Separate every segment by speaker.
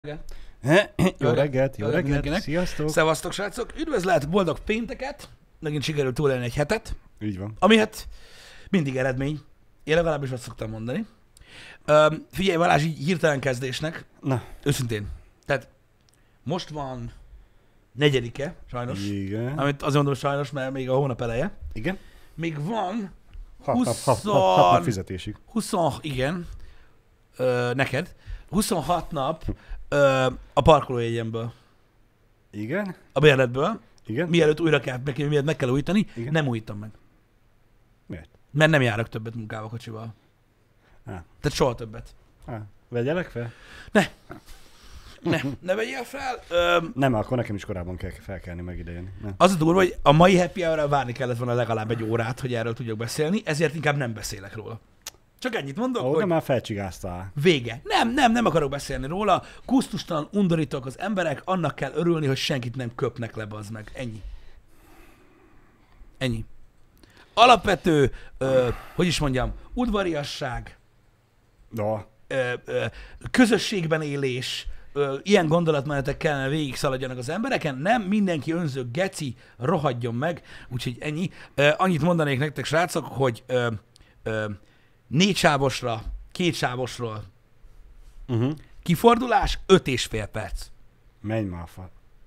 Speaker 1: Jó reggelt,
Speaker 2: mindenkinek.
Speaker 1: Sziasztok!
Speaker 2: Szevasztok, srácok! Üdvözlet, boldog pénteket! Megint sikerült túlélni egy hetet,
Speaker 1: Így van.
Speaker 2: ami hát mindig eredmény. Én legalábbis azt szoktam mondani. Figyelj Balázs, így hirtelen kezdésnek,
Speaker 1: Na,
Speaker 2: őszintén. Tehát most van 4-e, sajnos.
Speaker 1: igen.
Speaker 2: Amit azért mondom sajnos, mert még a hónap eleje.
Speaker 1: Igen?
Speaker 2: Még van
Speaker 1: 6 nap fizetésig.
Speaker 2: igen, neked, 26 nap a parkolójegyemből,
Speaker 1: Igen?
Speaker 2: a bérletből,
Speaker 1: Igen?
Speaker 2: mielőtt újra kell, miért meg kell újítani,
Speaker 1: Igen.
Speaker 2: nem újítom meg.
Speaker 1: Miért?
Speaker 2: Mert nem járok többet munkába kocsival.
Speaker 1: Á.
Speaker 2: Tehát soha többet.
Speaker 1: Vegyelek fel?
Speaker 2: Ne vegyél fel.
Speaker 1: Nem, akkor nekem is korábban kell felkelni, meg idejönni. Nem.
Speaker 2: Az a durva, hogy a mai happy hour-ra várni kellett volna legalább egy órát, hogy erről tudjak beszélni, ezért inkább nem beszélek róla. Csak ennyit mondok,
Speaker 1: Ó,
Speaker 2: hogy
Speaker 1: de már felcsigáztál.
Speaker 2: vége. Nem akarok beszélni róla. Gusztustalan, undorítók az emberek, annak kell örülni, hogy senkit nem köpnek le, bazd meg. Ennyi. Alapvető, hogy is mondjam, udvariasság,
Speaker 1: Da.
Speaker 2: közösségben élés, ilyen gondolatmenetek kellene végig szaladjanak az embereken, nem mindenki önző geci, rohadjon meg, úgyhogy ennyi. Annyit mondanék nektek, srácok, hogy 4 sávosra, 2 sávosról kifordulás, 5,5 perc.
Speaker 1: Menj már fa.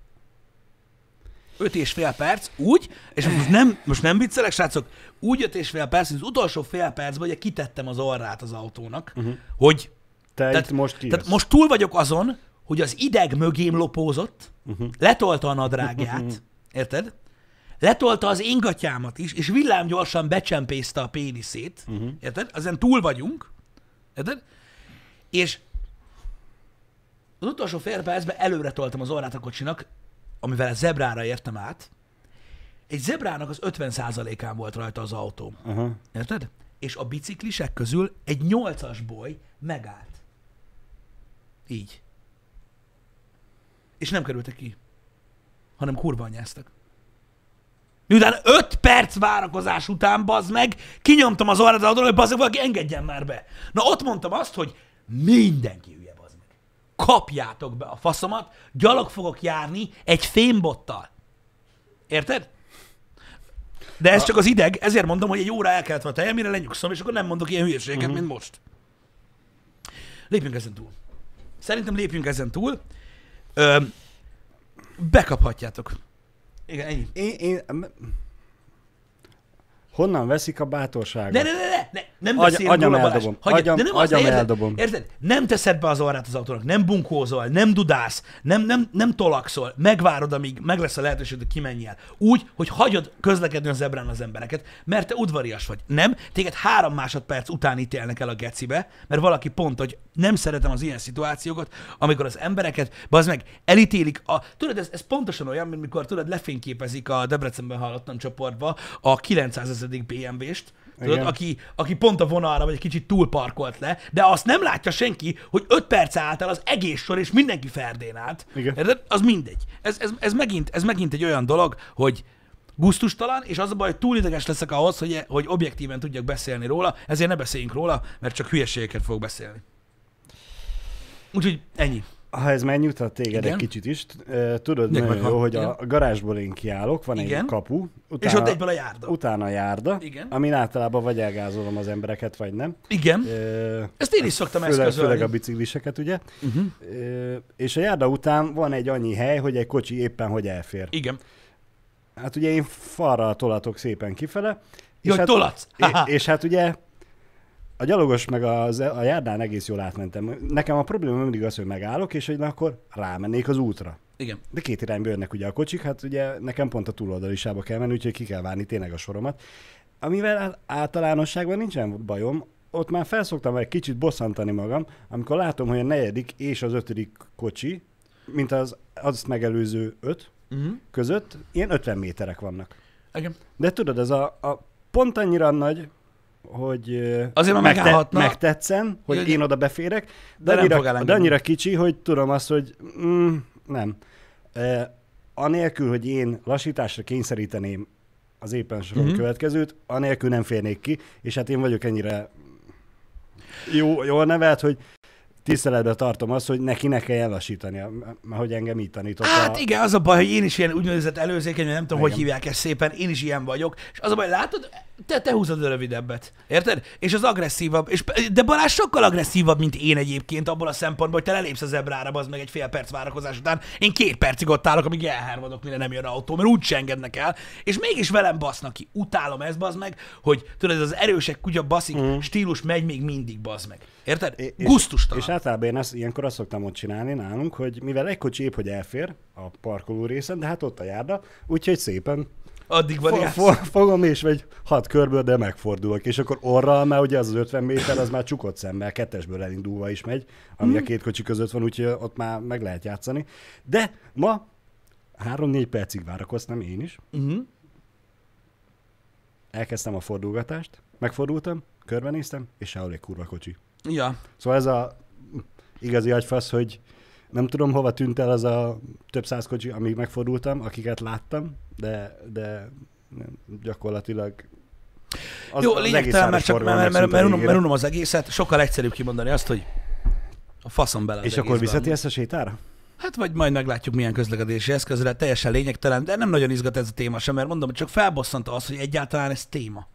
Speaker 2: 5,5 perc, úgy, és most nem viccelek, srácok, úgy 5,5 perc, hogy az utolsó fél percben ugye kitettem az orrát az autónak, hogy
Speaker 1: Itt most ki
Speaker 2: tehát most túl vagyok azon, hogy az ideg mögém lopózott, letolta a nadrágját, érted? Letolta az ingatyámat is, és villámgyorsan becsempészte a péniszét, érted? Ezen túl vagyunk, érted? És az utolsó fél percben előre toltam az orrát a kocsinak, amivel a zebrára értem át. Egy zebrának az 50%-án volt rajta az autó. Érted? És a biciklisek közül egy 8-as boly megállt. Így. És nem kerültek ki, hanem kurva anyáztak. Miután 5 perc várakozás után, bazd meg, kinyomtam az orrát az autóra, hogy bazd meg, valaki engedjen már be. Na ott mondtam azt, hogy mindenki hülye, bazd meg. Kapjátok be a faszomat, gyalog fogok járni egy fémbottal. Érted? De ez csak az ideg, ezért mondom, hogy egy óra el kellett volna teljen, mire lenyugszom, és akkor nem mondok ilyen hülyeségeket, mint most. Lépjünk ezen túl. Szerintem lépjünk ezen túl. Bekaphatjátok. Igen, ennyi.
Speaker 1: Honnan veszik a bátorságot?
Speaker 2: Nem beszélünk róla, Balázs.
Speaker 1: Agyam
Speaker 2: De nem az, érted?
Speaker 1: eldobom.
Speaker 2: Érted? Nem teszed be az orrát az autónak, nem bunkózol, nem dudálsz, nem tolakszol, megvárod, amíg meg lesz a lehetőség, hogy kimenjél. Úgy, hogy hagyod közlekedni a zebrán az embereket, mert te udvarias vagy. Nem? Téged 3 másodperc után ítélnek el a gecibe, mert valaki pont, hogy nem szeretem az ilyen szituációkat, amikor az embereket, bazd meg, elítélik. Tudod, ez pontosan olyan, mint mikor tudod, lefényképezik a Debrecenben hallottam csoportba a 900 000. BMW-st, tudod, aki pont a vonalra, vagy egy kicsit túlparkolt le, de azt nem látja senki, hogy 5 perc állt el az egész sor, és mindenki ferdén állt.
Speaker 1: Igen.
Speaker 2: Az mindegy. Ez megint egy olyan dolog, hogy gusztustalan, és az a baj, hogy túl ideges leszek ahhoz, hogy objektíven tudjak beszélni róla, ezért ne beszéljünk róla, mert csak hülyeségeket fogok beszélni. Úgyhogy ennyi.
Speaker 1: Ha ez megnyugtat téged egy kicsit is, tudod nagyon jó, hogy a garázsból én kiállok, van egy kapu,
Speaker 2: és ott egyből a járda.
Speaker 1: Utána a járda, amin általában vagy elgázolom az embereket, vagy nem.
Speaker 2: Igen. Ezt én is szoktam eszközölni.
Speaker 1: Főleg a bicikliseket, ugye? És a járda után van egy annyi hely, hogy egy kocsi éppen hogy elfér.
Speaker 2: Igen.
Speaker 1: Hát ugye én falral tolatok szépen kifele.
Speaker 2: Jó, hogy tolatsz.
Speaker 1: És hát ugye a gyalogos meg a járdán egész jól átmentem. Nekem a probléma mindig az, hogy megállok, és hogy na, akkor rámennék az útra.
Speaker 2: Igen.
Speaker 1: De 2 irányba jönnek ugye a kocsik, hát ugye nekem pont a túloldalisába kell menni, úgyhogy ki kell várni tényleg a soromat. Amivel általánosságban nincsen bajom, ott már felszoktam egy kicsit bosszantani magam, amikor látom, hogy a 4. és az 5. kocsi, mint az azt megelőző 5 között, ilyen 50 méterek vannak.
Speaker 2: Igen.
Speaker 1: De tudod, ez a pont annyira nagy, hogy
Speaker 2: azért
Speaker 1: megtetszen, hogy
Speaker 2: igen.
Speaker 1: én oda beférek,
Speaker 2: de
Speaker 1: annyira kicsi, hogy tudom azt, hogy nem. Anélkül, hogy én lassításra kényszeríteném az éppen soron következőt, anélkül nem férnék ki, és hát én vagyok ennyire jól nevelt, hogy tiszteletben tartom azt, hogy neki ne kelljen lassítani, hogy engem így tanított.
Speaker 2: Hát igen, az a baj, hogy én is ilyen úgynevezett előzékeny, nem tudom,
Speaker 1: Igen.
Speaker 2: hogy hívják ezt szépen, én is ilyen vagyok, és az a baj, látod, te húzod a rövidebbet, érted? És az agresszívabb, de Balázs sokkal agresszívabb, mint én egyébként abból a szempontból, hogy te lelépsz a zebrára, az meg egy fél perc várakozás után, én 2 percig ott állok, amíg elhármadok, mire nem jön autó, mert úgy engednek el, és mégis velem basznak ki. Utálom ezt, bazd meg, hogy tudod, ez az erősek kutya baszik stílus megy még mindig, bazd meg. Érted? Gusztustalan.
Speaker 1: És általában én ilyenkor azt szoktam ott csinálni nálunk, hogy mivel egy kocsi épp, hogy elfér a parkoló részen, de hát ott a járda, úgyhogy szépen
Speaker 2: Addig van
Speaker 1: fogom és vagy 6 körből, de megfordulok. És akkor orral már ugye az 50 méter, az már csukott szemmel, 2-esből elindulva is megy, ami a 2 kocsi között van, úgyhogy ott már meg lehet játszani. De ma 3-4 percig várakoztam én is. Elkezdtem a fordulgatást, megfordultam, körbenéztem, és sehol egy kurva kocsi.
Speaker 2: Ja.
Speaker 1: Szóval ez a igazi agyfasz, hogy nem tudom, hova tűnt el az a több száz kocsi, amíg megfordultam, akiket láttam, de gyakorlatilag
Speaker 2: jó, lényegtelen, mert unom az egészet, sokkal egyszerűbb kimondani azt, hogy a faszom bele az
Speaker 1: és akkor viszeti ezt a sétára?
Speaker 2: Hát vagy majd meglátjuk milyen közlekedési eszközre, teljesen lényegtelen, de nem nagyon izgat ez a téma sem, mert mondom, hogy csak felbosszant az, hogy egyáltalán ez téma.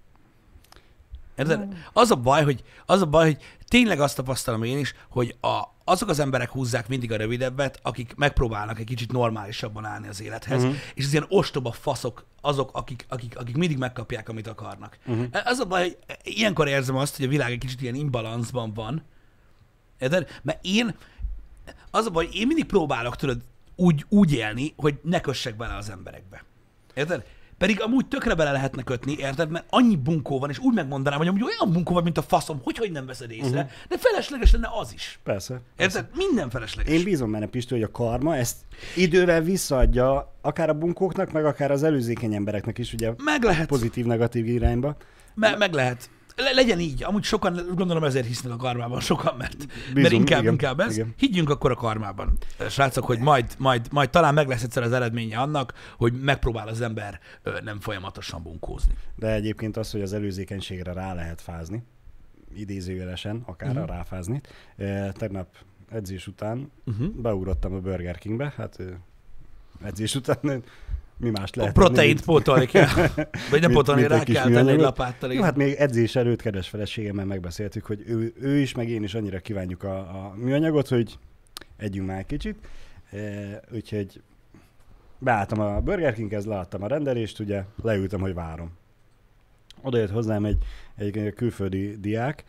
Speaker 2: Az a baj, hogy tényleg azt tapasztalom én is, hogy azok az emberek húzzák mindig a rövidebbet, akik megpróbálnak egy kicsit normálisabban állni az élethez, és az ilyen ostoba faszok azok, akik mindig megkapják, amit akarnak. Az a baj, hogy ilyenkor érzem azt, hogy a világ egy kicsit ilyen imbalanszban van. Érted? Mert az a baj, hogy én mindig próbálok tudod úgy élni, hogy ne kössek bele az emberekbe. Érted? Pedig amúgy tökre bele lehetne kötni, érted? Mert annyi bunkó van, és úgy megmondanám, hogy amúgy olyan bunkó van, mint a faszom, hogy nem veszed észre, de felesleges lenne az is.
Speaker 1: Persze.
Speaker 2: Érted? Minden felesleges.
Speaker 1: Én bízom benne, Pisti, hogy a karma ezt idővel visszaadja akár a bunkóknak, meg akár az előzékeny embereknek is, ugye
Speaker 2: meg lehet.
Speaker 1: Pozitív-negatív irányba.
Speaker 2: Meg lehet. Legyen így. Amúgy sokan, gondolom ezért hisznek a karmában, sokan, mert inkább ez. Igen. Higgyünk akkor a karmában, srácok, hogy majd talán meg lesz egyszer az eredménye annak, hogy megpróbál az ember nem folyamatosan bunkózni.
Speaker 1: De egyébként az, hogy az előzékenységre rá lehet fázni, idézőjelesen, akár a ráfázni. Tegnap edzés után beugrottam a Burger Kingbe, hát edzés után mi mást lehet.
Speaker 2: A proteint pótolni kell. Vagy nem pótolni, rá kell tenni egy lapáttal.
Speaker 1: Jó, hát még edzés előtt kedves feleségemmel megbeszéltük, hogy ő is, meg én is annyira kívánjuk a műanyagot, hogy együnk már egy kicsit. Úgyhogy beálltam a Burger Kinghez, leadtam a rendelést, ugye leültem, hogy várom. Oda jött hozzám egy külföldi diák,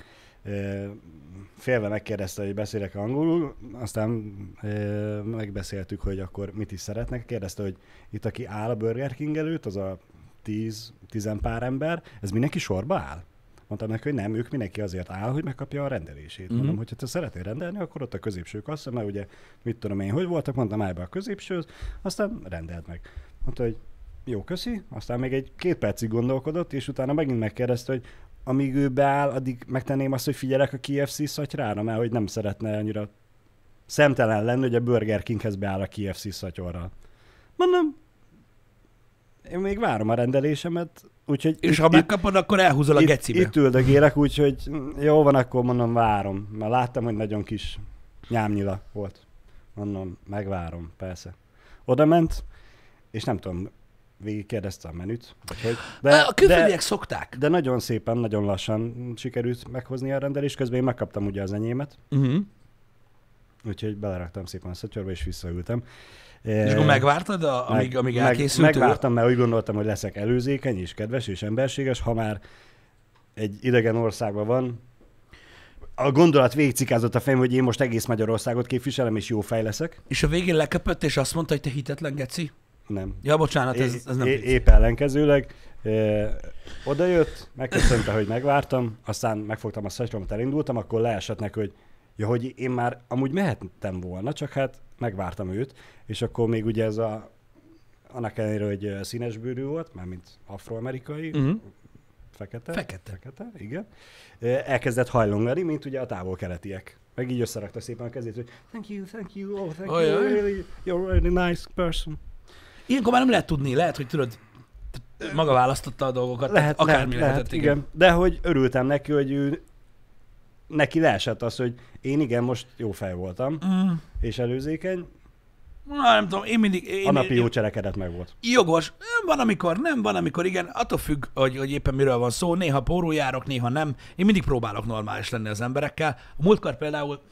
Speaker 1: félve megkérdezte, hogy beszélek angolul, aztán megbeszéltük, hogy akkor mit is szeretnek. Kérdezte, hogy itt, aki áll a Burger King előtt, az a 10 pár ember, ez mindenki sorba áll? Mondtam neki, hogy nem, ők mindenki azért áll, hogy megkapja a rendelését. Mondom, hogy ha te szeretnél rendelni, akkor ott a középső kassza, mert ugye mit tudom én, hogy voltak, mondtam, állj be a középsőhöz, aztán rendeld meg. Mondta, hogy jó, köszi, aztán még 2 percig gondolkodott, és utána megint megkérdezte, hogy amíg ő beáll, addig megtenném azt, hogy figyelek a KFC szatyrára, mert hogy nem szeretne annyira szemtelen lenni, hogy a Burger Kinghez beáll a KFC szatyorral. Mondom, én még várom a rendelésemet, úgyhogy...
Speaker 2: És ha megkapod, akkor elhúzol a gecibe.
Speaker 1: Itt üldögélek, úgyhogy jó van, akkor mondom, várom. Mert láttam, hogy nagyon kis nyámnyila volt. Mondom, megvárom, persze. Oda ment, és nem tudom, végig kérdezte a menüt.
Speaker 2: A külföldiek szokták.
Speaker 1: De nagyon szépen, nagyon lassan sikerült meghozni a rendelést. Közben én megkaptam ugye az enyémet. Úgyhogy beleraktam szépen a szatyorba, és visszaültem.
Speaker 2: És akkor megvártad, amíg elkészült?
Speaker 1: Megvártam, mert úgy gondoltam, hogy leszek előzékeny, és kedves, és emberséges. Ha már egy idegen országban van, a gondolat végigcikázott a fejem, hogy én most egész Magyarországot képviselem, és jó fej leszek.
Speaker 2: És a végén leköpött, és azt mondta, hogy te hitetlen geci?
Speaker 1: Nem.
Speaker 2: Ja, bocsánat, ez nem
Speaker 1: épp ellenkezőleg. Oda jött, megköszönte, hogy megvártam, aztán megfogtam a szatyromat, elindultam, akkor leesett neki, hogy ja, hogy én már amúgy mehettem volna, csak hát megvártam őt, és akkor még ugye ez annak ellenére, hogy színesbőrű volt, mármint afroamerikai, fekete, igen. Elkezdett hajlongani, mint ugye a távol-keletiek. Meg így összerakta szépen a kezét, hogy thank you, oh, thank you, really, you're a really nice person.
Speaker 2: Ilyenkor már nem lehet tudni, lehet, hogy tudod, maga választotta a dolgokat, akármi lehetett.
Speaker 1: Igen. De hogy örültem neki, hogy ő neki leesett az, hogy én igen, most jó fej voltam, és előzékeny,
Speaker 2: Nem tudom, én mindig...
Speaker 1: a napi jó cselekedet meg volt.
Speaker 2: Jogos. Van, amikor igen. Attól függ, hogy éppen miről van szó. Néha pórul járok, néha nem. Én mindig próbálok normális lenni az emberekkel. A múltkor például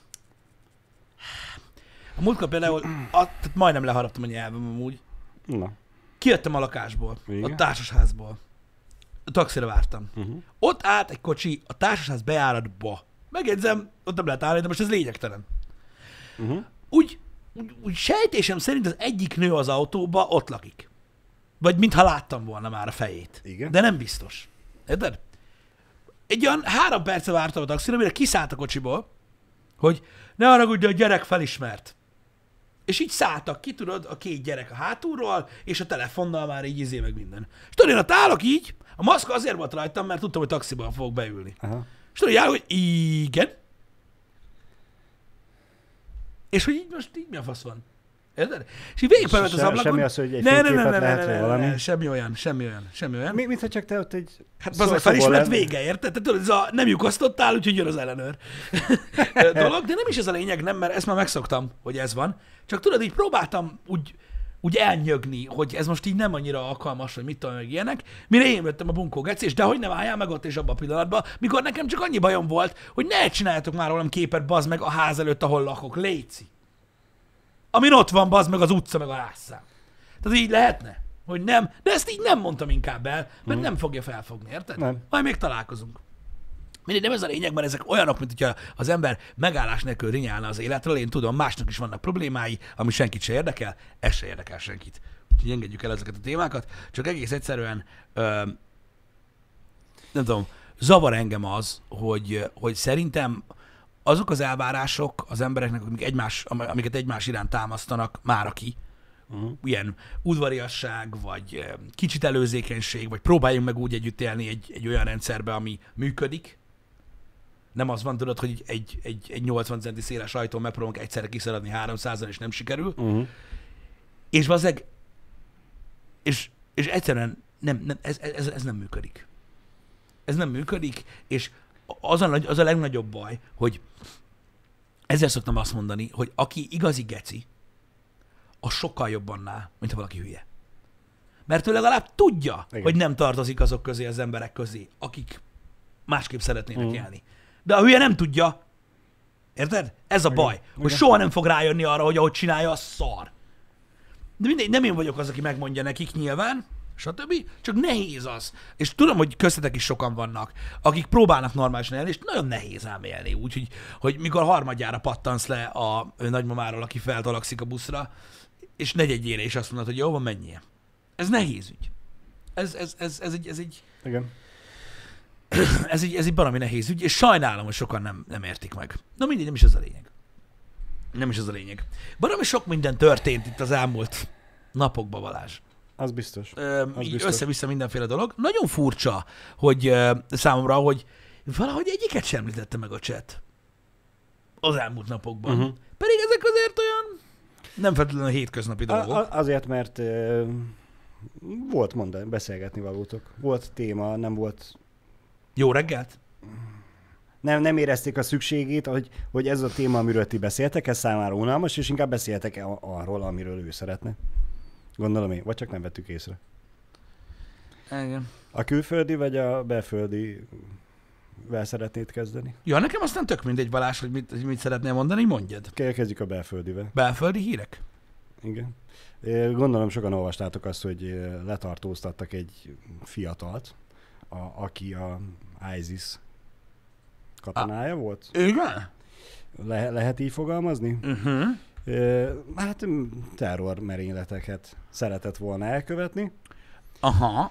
Speaker 2: tehát majdnem leharaptam a nyelvem amúgy.
Speaker 1: Na.
Speaker 2: Kijöttem a lakásból,
Speaker 1: Igen?
Speaker 2: a társasházból. A taxira vártam. Ott állt egy kocsi a társasház bejáratba. Megjegyzem, ott nem lehet állni, de most ez lényegtelen. Úgy sejtésem szerint az egyik nő az autóba ott lakik. Vagy mintha láttam volna már a fejét.
Speaker 1: Igen?
Speaker 2: De nem biztos. Érted? Egy olyan 3 perce vártam a taxira, mire kiszállt a kocsiból, hogy ne haragudj, a gyerek felismert. És így szálltak ki, tudod, a 2 gyerek a hátulról, és a telefonnal már így meg minden. És tudod, én ott állok így, a maszk azért volt rajtam, mert tudtam, hogy taxiban fogok beülni.
Speaker 1: Aha.
Speaker 2: És tudod, hogy igen. És hogy így most így mi a fasz van? Érted? És így végigpelmet az ablakon.
Speaker 1: Semmi az, hogy egy fényképet lehet, vagy valami.
Speaker 2: Semmi olyan.
Speaker 1: Mintha csak te ott egy...
Speaker 2: Hát az felismert vége, érted? Tehát tudod, ez a nem lyukasztottál, úgyhogy jön az ellenőr dolog, de nem is ez a lényeg, nem, mert ezt már megszoktam, hogy ez van. Csak tudod, így próbáltam úgy elnyögni, hogy ez most így nem annyira alkalmas, vagy mit tudom, meg ilyenek, mire én jöttem a bunkó geci, de hogy nem álljál meg ott és abban a pillanatban, mikor nekem csak annyi bajom volt, hogy ne csináljatok már rólam képet, bazd meg a ház előtt, ahol lakok, léci. Amin ott van, bazd meg az utca, meg a házszám. Tehát így lehetne, hogy nem, de ezt így nem mondtam inkább el, mert nem fogja felfogni, érted?
Speaker 1: Nem.
Speaker 2: Majd még találkozunk. Mindegy, nem ez a lényeg, mert ezek olyanok, mint hogyha az ember megállás nélkül rinyálna az életről, én tudom, másnak is vannak problémái, ami senkit se érdekel, ez se érdekel senkit. Úgyhogy engedjük el ezeket a témákat, csak egész egyszerűen, nem tudom, zavar engem az, hogy szerintem azok az elvárások az embereknek, amiket egymás iránt támasztanak, mára ki, ilyen udvariasság, vagy kicsit előzékenység, vagy próbáljunk meg úgy együtt élni egy olyan rendszerbe, ami működik. Nem az van, tudod, hogy egy 80 centi széles ajtón megpróbálunk egyszerre kiszaladni 300-an, és nem sikerül. És valószínűleg, és egyszerűen ez nem működik. Ez nem működik, és az a legnagyobb baj, hogy ezzel szoktam azt mondani, hogy aki igazi geci, az sokkal jobban áll, mint ha valaki hülye. Mert ő legalább tudja, igen, hogy nem tartozik azok közé, az emberek közé, akik másképp szeretnének élni. De a hülye nem tudja. Érted? Ez a baj. Igen. Hogy soha nem fog rájönni arra, hogy ahogy csinálja, az szar. De mindegy, nem én vagyok az, aki megmondja nekik nyilván, stb. Csak nehéz az. És tudom, hogy köztetek is sokan vannak, akik próbálnak normálisan élni, és nagyon nehéz ám élni úgy, hogy mikor harmadjára pattansz le a nagymamáról, aki feltalakszik a buszra, és negyedjére is azt mondod, hogy jó van, menjél. Ez nehéz ügy. Ez egy...
Speaker 1: Igen.
Speaker 2: Ez egy baromi nehéz ügy, és sajnálom, hogy sokan nem értik meg. Na mindegy, nem is az a lényeg. Nem is az a lényeg. Baromi sok minden történt itt az elmúlt napokban, Balázs.
Speaker 1: Az biztos.
Speaker 2: Így össze-vissza mindenféle dolog. Nagyon furcsa, hogy számomra, hogy valahogy egyiket sem említette meg a chat az elmúlt napokban. Pedig ezek azért olyan nem feltétlenül hétköznapi dolgok.
Speaker 1: Azért, mert volt beszélgetni valótok. Volt téma, nem volt...
Speaker 2: Jó reggelt?
Speaker 1: Nem érezték a szükségét, hogy ez a téma, amiről ti beszéltek, ez számára unalmas, és inkább beszéltek arról, amiről ő szeretne. Gondolom én, vagy csak nem vettük észre.
Speaker 2: Igen.
Speaker 1: A külföldi vagy a belföldi vel szeretnéd kezdeni?
Speaker 2: Ja, nekem aztán tök mindegy, Balázs, hogy mit szeretnél mondani, mondjad.
Speaker 1: Kezdjük a belföldivel.
Speaker 2: Belföldi hírek?
Speaker 1: Igen. Gondolom sokan olvastátok azt, hogy letartóztattak egy fiatalt, aki a ISIS katonája volt.
Speaker 2: Igen?
Speaker 1: Lehet így fogalmazni? Hát terrormerényleteket szeretett volna elkövetni.
Speaker 2: Aha.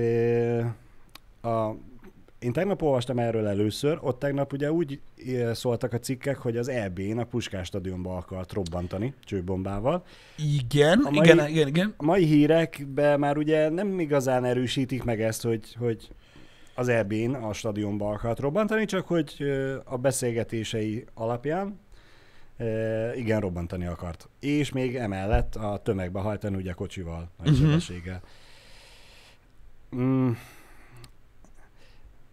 Speaker 1: Én tegnap olvastam erről először, ott tegnap ugye úgy szóltak a cikkek, hogy az EB-n a Puskás stadionba akart robbantani csőbombával.
Speaker 2: Igen.
Speaker 1: A mai hírekben már ugye nem igazán erősítik meg ezt, hogy az EB-n a stadionba akart robbantani, csak hogy a beszélgetései alapján igen, robbantani akart. És még emellett a tömegbe hajtani ugye kocsival, nagy sebességgel.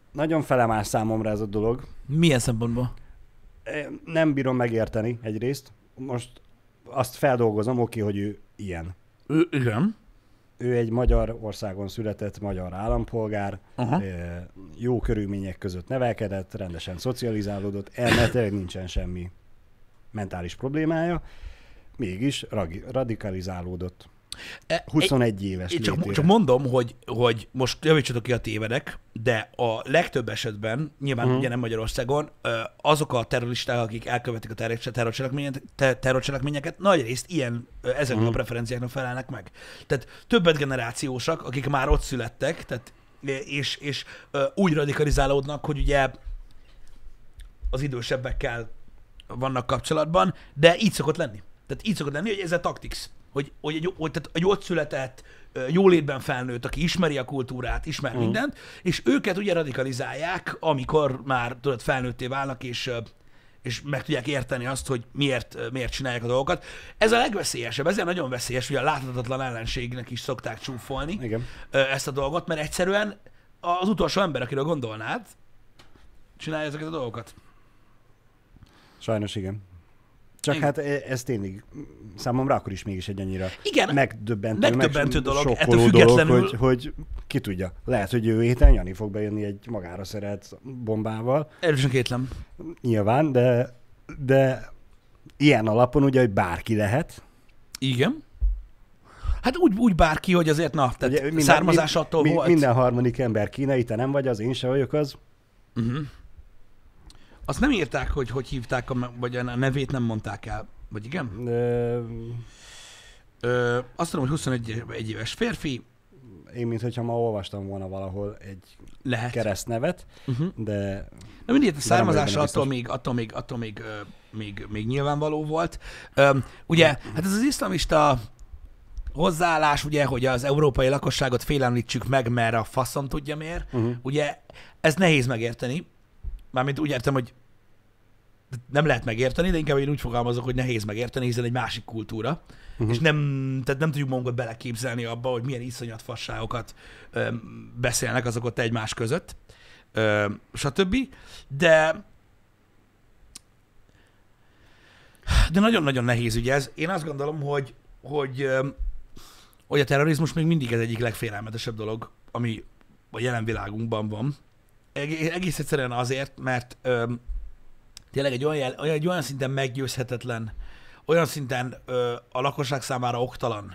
Speaker 1: nagyon felemás számomra ez a dolog.
Speaker 2: Milyen szempontból?
Speaker 1: Nem bírom megérteni egyrészt. Most azt feldolgozom, oké, hogy ő ilyen.
Speaker 2: Igen.
Speaker 1: Ő egy magyar országon született magyar állampolgár, jó körülmények között nevelkedett, rendesen szocializálódott, elméletileg nincsen semmi mentális problémája, mégis radikalizálódott. 21 éves létére.
Speaker 2: Csak mondom, hogy most javítsatok ki, a tévedek, de a legtöbb esetben, nyilván ugye nem Magyarországon, azok a terroristák, akik elkövetik a terrorcselekményeket, nagyrészt ezeknek a preferenciáknak felelnek meg. Tehát többet generációsak, akik már ott születtek, tehát, és úgy radikalizálódnak, hogy ugye az idősebbekkel vannak kapcsolatban, de így szokott lenni. Tehát így szokott lenni, hogy ez a tactics. Hogy egy ott született, jólétben felnőtt, aki ismeri a kultúrát, ismer mindent, és őket ugye radikalizálják, amikor már tudod, felnőtté válnak, és meg tudják érteni azt, hogy miért csinálják a dolgokat. Ez a legveszélyesebb, ezért nagyon veszélyes, hogy a láthatatlan ellenségnek is szokták csúfolni.
Speaker 1: Igen.
Speaker 2: Ezt a dolgot, mert egyszerűen az utolsó ember, akiről gondolnád, csinálja ezeket a dolgokat.
Speaker 1: Sajnos igen. Csak hát ez tényleg számomra akkor is mégis egy annyira megdöbbentő
Speaker 2: dolog,
Speaker 1: sokkoló dolog, hogy ki tudja. Lehet, hogy jövő héten Jani fog bejönni egy magára szerelt bombával.
Speaker 2: Erősen kétlem.
Speaker 1: Nyilván, de ilyen alapon ugye, hogy bárki lehet.
Speaker 2: Igen. Hát úgy bárki, hogy azért tehát származás attól volt.
Speaker 1: Minden harmadik ember kínai, te nem vagy az, én se vagyok az.
Speaker 2: Azt nem írták, hogy hívták, vagy a nevét nem mondták el. Vagy igen? Azt tudom, hogy 21 éves férfi.
Speaker 1: Én, mintha ma olvastam volna valahol egy keresztnevet, de...
Speaker 2: Na mindig a származása attól még nyilvánvaló volt. Ugye, hát ez az iszlamista hozzáállás, ugye, hogy az európai lakosságot félemlítsük meg, mert a faszom tudja miért. Ugye, ez nehéz megérteni. Mármint úgy értem, hogy nem lehet megérteni, de inkább én úgy fogalmazok, hogy nehéz megérteni, hiszen egy másik kultúra. És tehát nem tudjuk magunkat beleképzelni abba, hogy milyen iszonyat fasságokat beszélnek azok ott egymás között, stb. De nagyon-nagyon nehéz ügy ez. Én azt gondolom, hogy a terrorizmus még mindig ez egyik legfélelmetesebb dolog, ami a jelen világunkban van. Egész egyszerűen azért, mert tényleg egy olyan szinten meggyőzhetetlen, olyan szinten a lakosság számára oktalan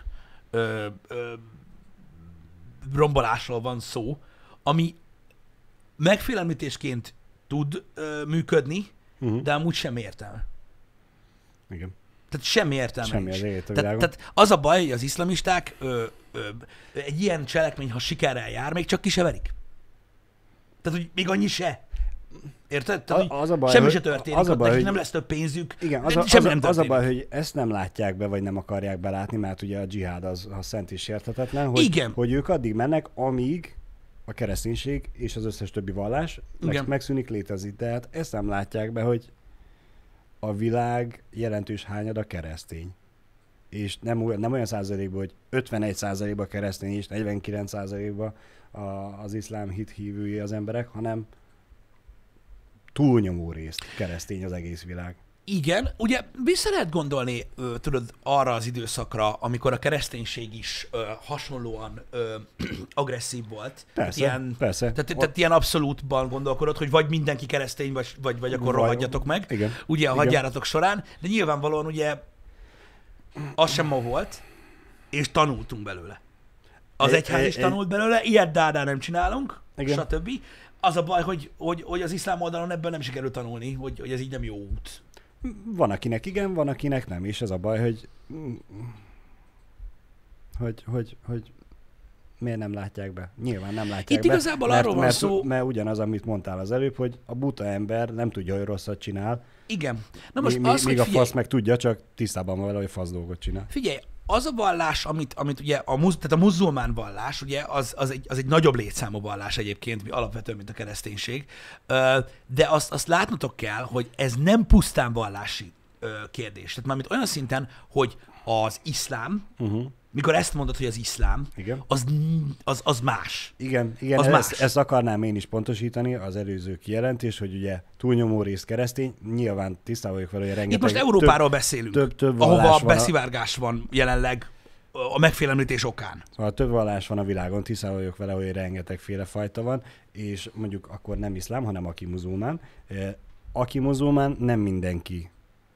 Speaker 2: rombolásról van szó, ami megfélemlítésként tud működni, de amúgy semmi értelme.
Speaker 1: Igen.
Speaker 2: Tehát semmi értelme
Speaker 1: semmi
Speaker 2: nincs.
Speaker 1: Az
Speaker 2: tehát az a baj, hogy az iszlamisták egy ilyen cselekmény, ha sikerrel jár, még csak ki se verik. Tehát, hogy még annyi se. Érted? Tehát,
Speaker 1: az a baj,
Speaker 2: semmi se történik,
Speaker 1: az a baj,
Speaker 2: hogy
Speaker 1: hogy
Speaker 2: nem lesz több pénzük.
Speaker 1: Igen, az a baj, hogy ezt nem látják be, vagy nem akarják belátni, mert ugye a dzsihád az szent és sérthetetlen, hogy ők addig mennek, amíg a kereszténység és az összes többi vallás megszűnik létezni. Tehát ezt nem látják be, hogy a világ jelentős hányada keresztény. És nem olyan százalékban, hogy 51%-ban keresztény és 49%-ban az iszlám hithívői az emberek, hanem túlnyomó részt keresztény az egész világ.
Speaker 2: Igen, ugye vissza lehet gondolni, tudod, arra az időszakra, amikor a kereszténység is hasonlóan agresszív volt.
Speaker 1: Persze.
Speaker 2: Tehát ilyen abszolútban gondolkodod, hogy vagy mindenki keresztény, vagy akkor rohadjatok meg.
Speaker 1: Igen.
Speaker 2: Ugye a hadjáratok során, de nyilvánvalóan ugye az sem ma volt, és tanultunk belőle. Az egyház is tanult belőle, ilyet dádá nem csinálunk, stb. Az a baj, hogy az iszlám oldalon ebből nem sikerült tanulni, hogy ez így nem jó út.
Speaker 1: Van akinek igen, van akinek nem, és ez a baj, hogy miért nem látják be. Nyilván nem látják
Speaker 2: be. Itt igazából arról van szó...
Speaker 1: Mert ugyanaz, amit mondtál az előbb, hogy a buta ember nem tudja, hogy rosszat csinál.
Speaker 2: Igen. Na most
Speaker 1: még a fasz meg tudja, csak tisztában van vele, hogy fasz dolgot csinál.
Speaker 2: Figyelj, az a vallás, amit ugye tehát a muzulmán vallás, ugye az egy nagyobb létszámú vallás egyébként, alapvetően, mint a kereszténység, de azt látnotok kell, hogy ez nem pusztán vallási kérdés. Tehát mármint olyan szinten, hogy az iszlám mikor ezt mondod, hogy az iszlám,
Speaker 1: Igen.
Speaker 2: az más.
Speaker 1: Igen,
Speaker 2: Az más.
Speaker 1: ezt akarnám én is pontosítani, az előző kijelentés, hogy ugye túlnyomó részt keresztény, nyilván tisztában vagyok vele, hogy rengeteg...
Speaker 2: Itt most Európáról beszélünk,
Speaker 1: több
Speaker 2: ahova beszivárgás van jelenleg a megfélemlítés okán.
Speaker 1: Szóval több vallás van a világon, tisztában vagyok vele, hogy rengetegféle fajta van, és mondjuk akkor nem iszlám, hanem aki muzulmán. Aki muzulmán, nem mindenki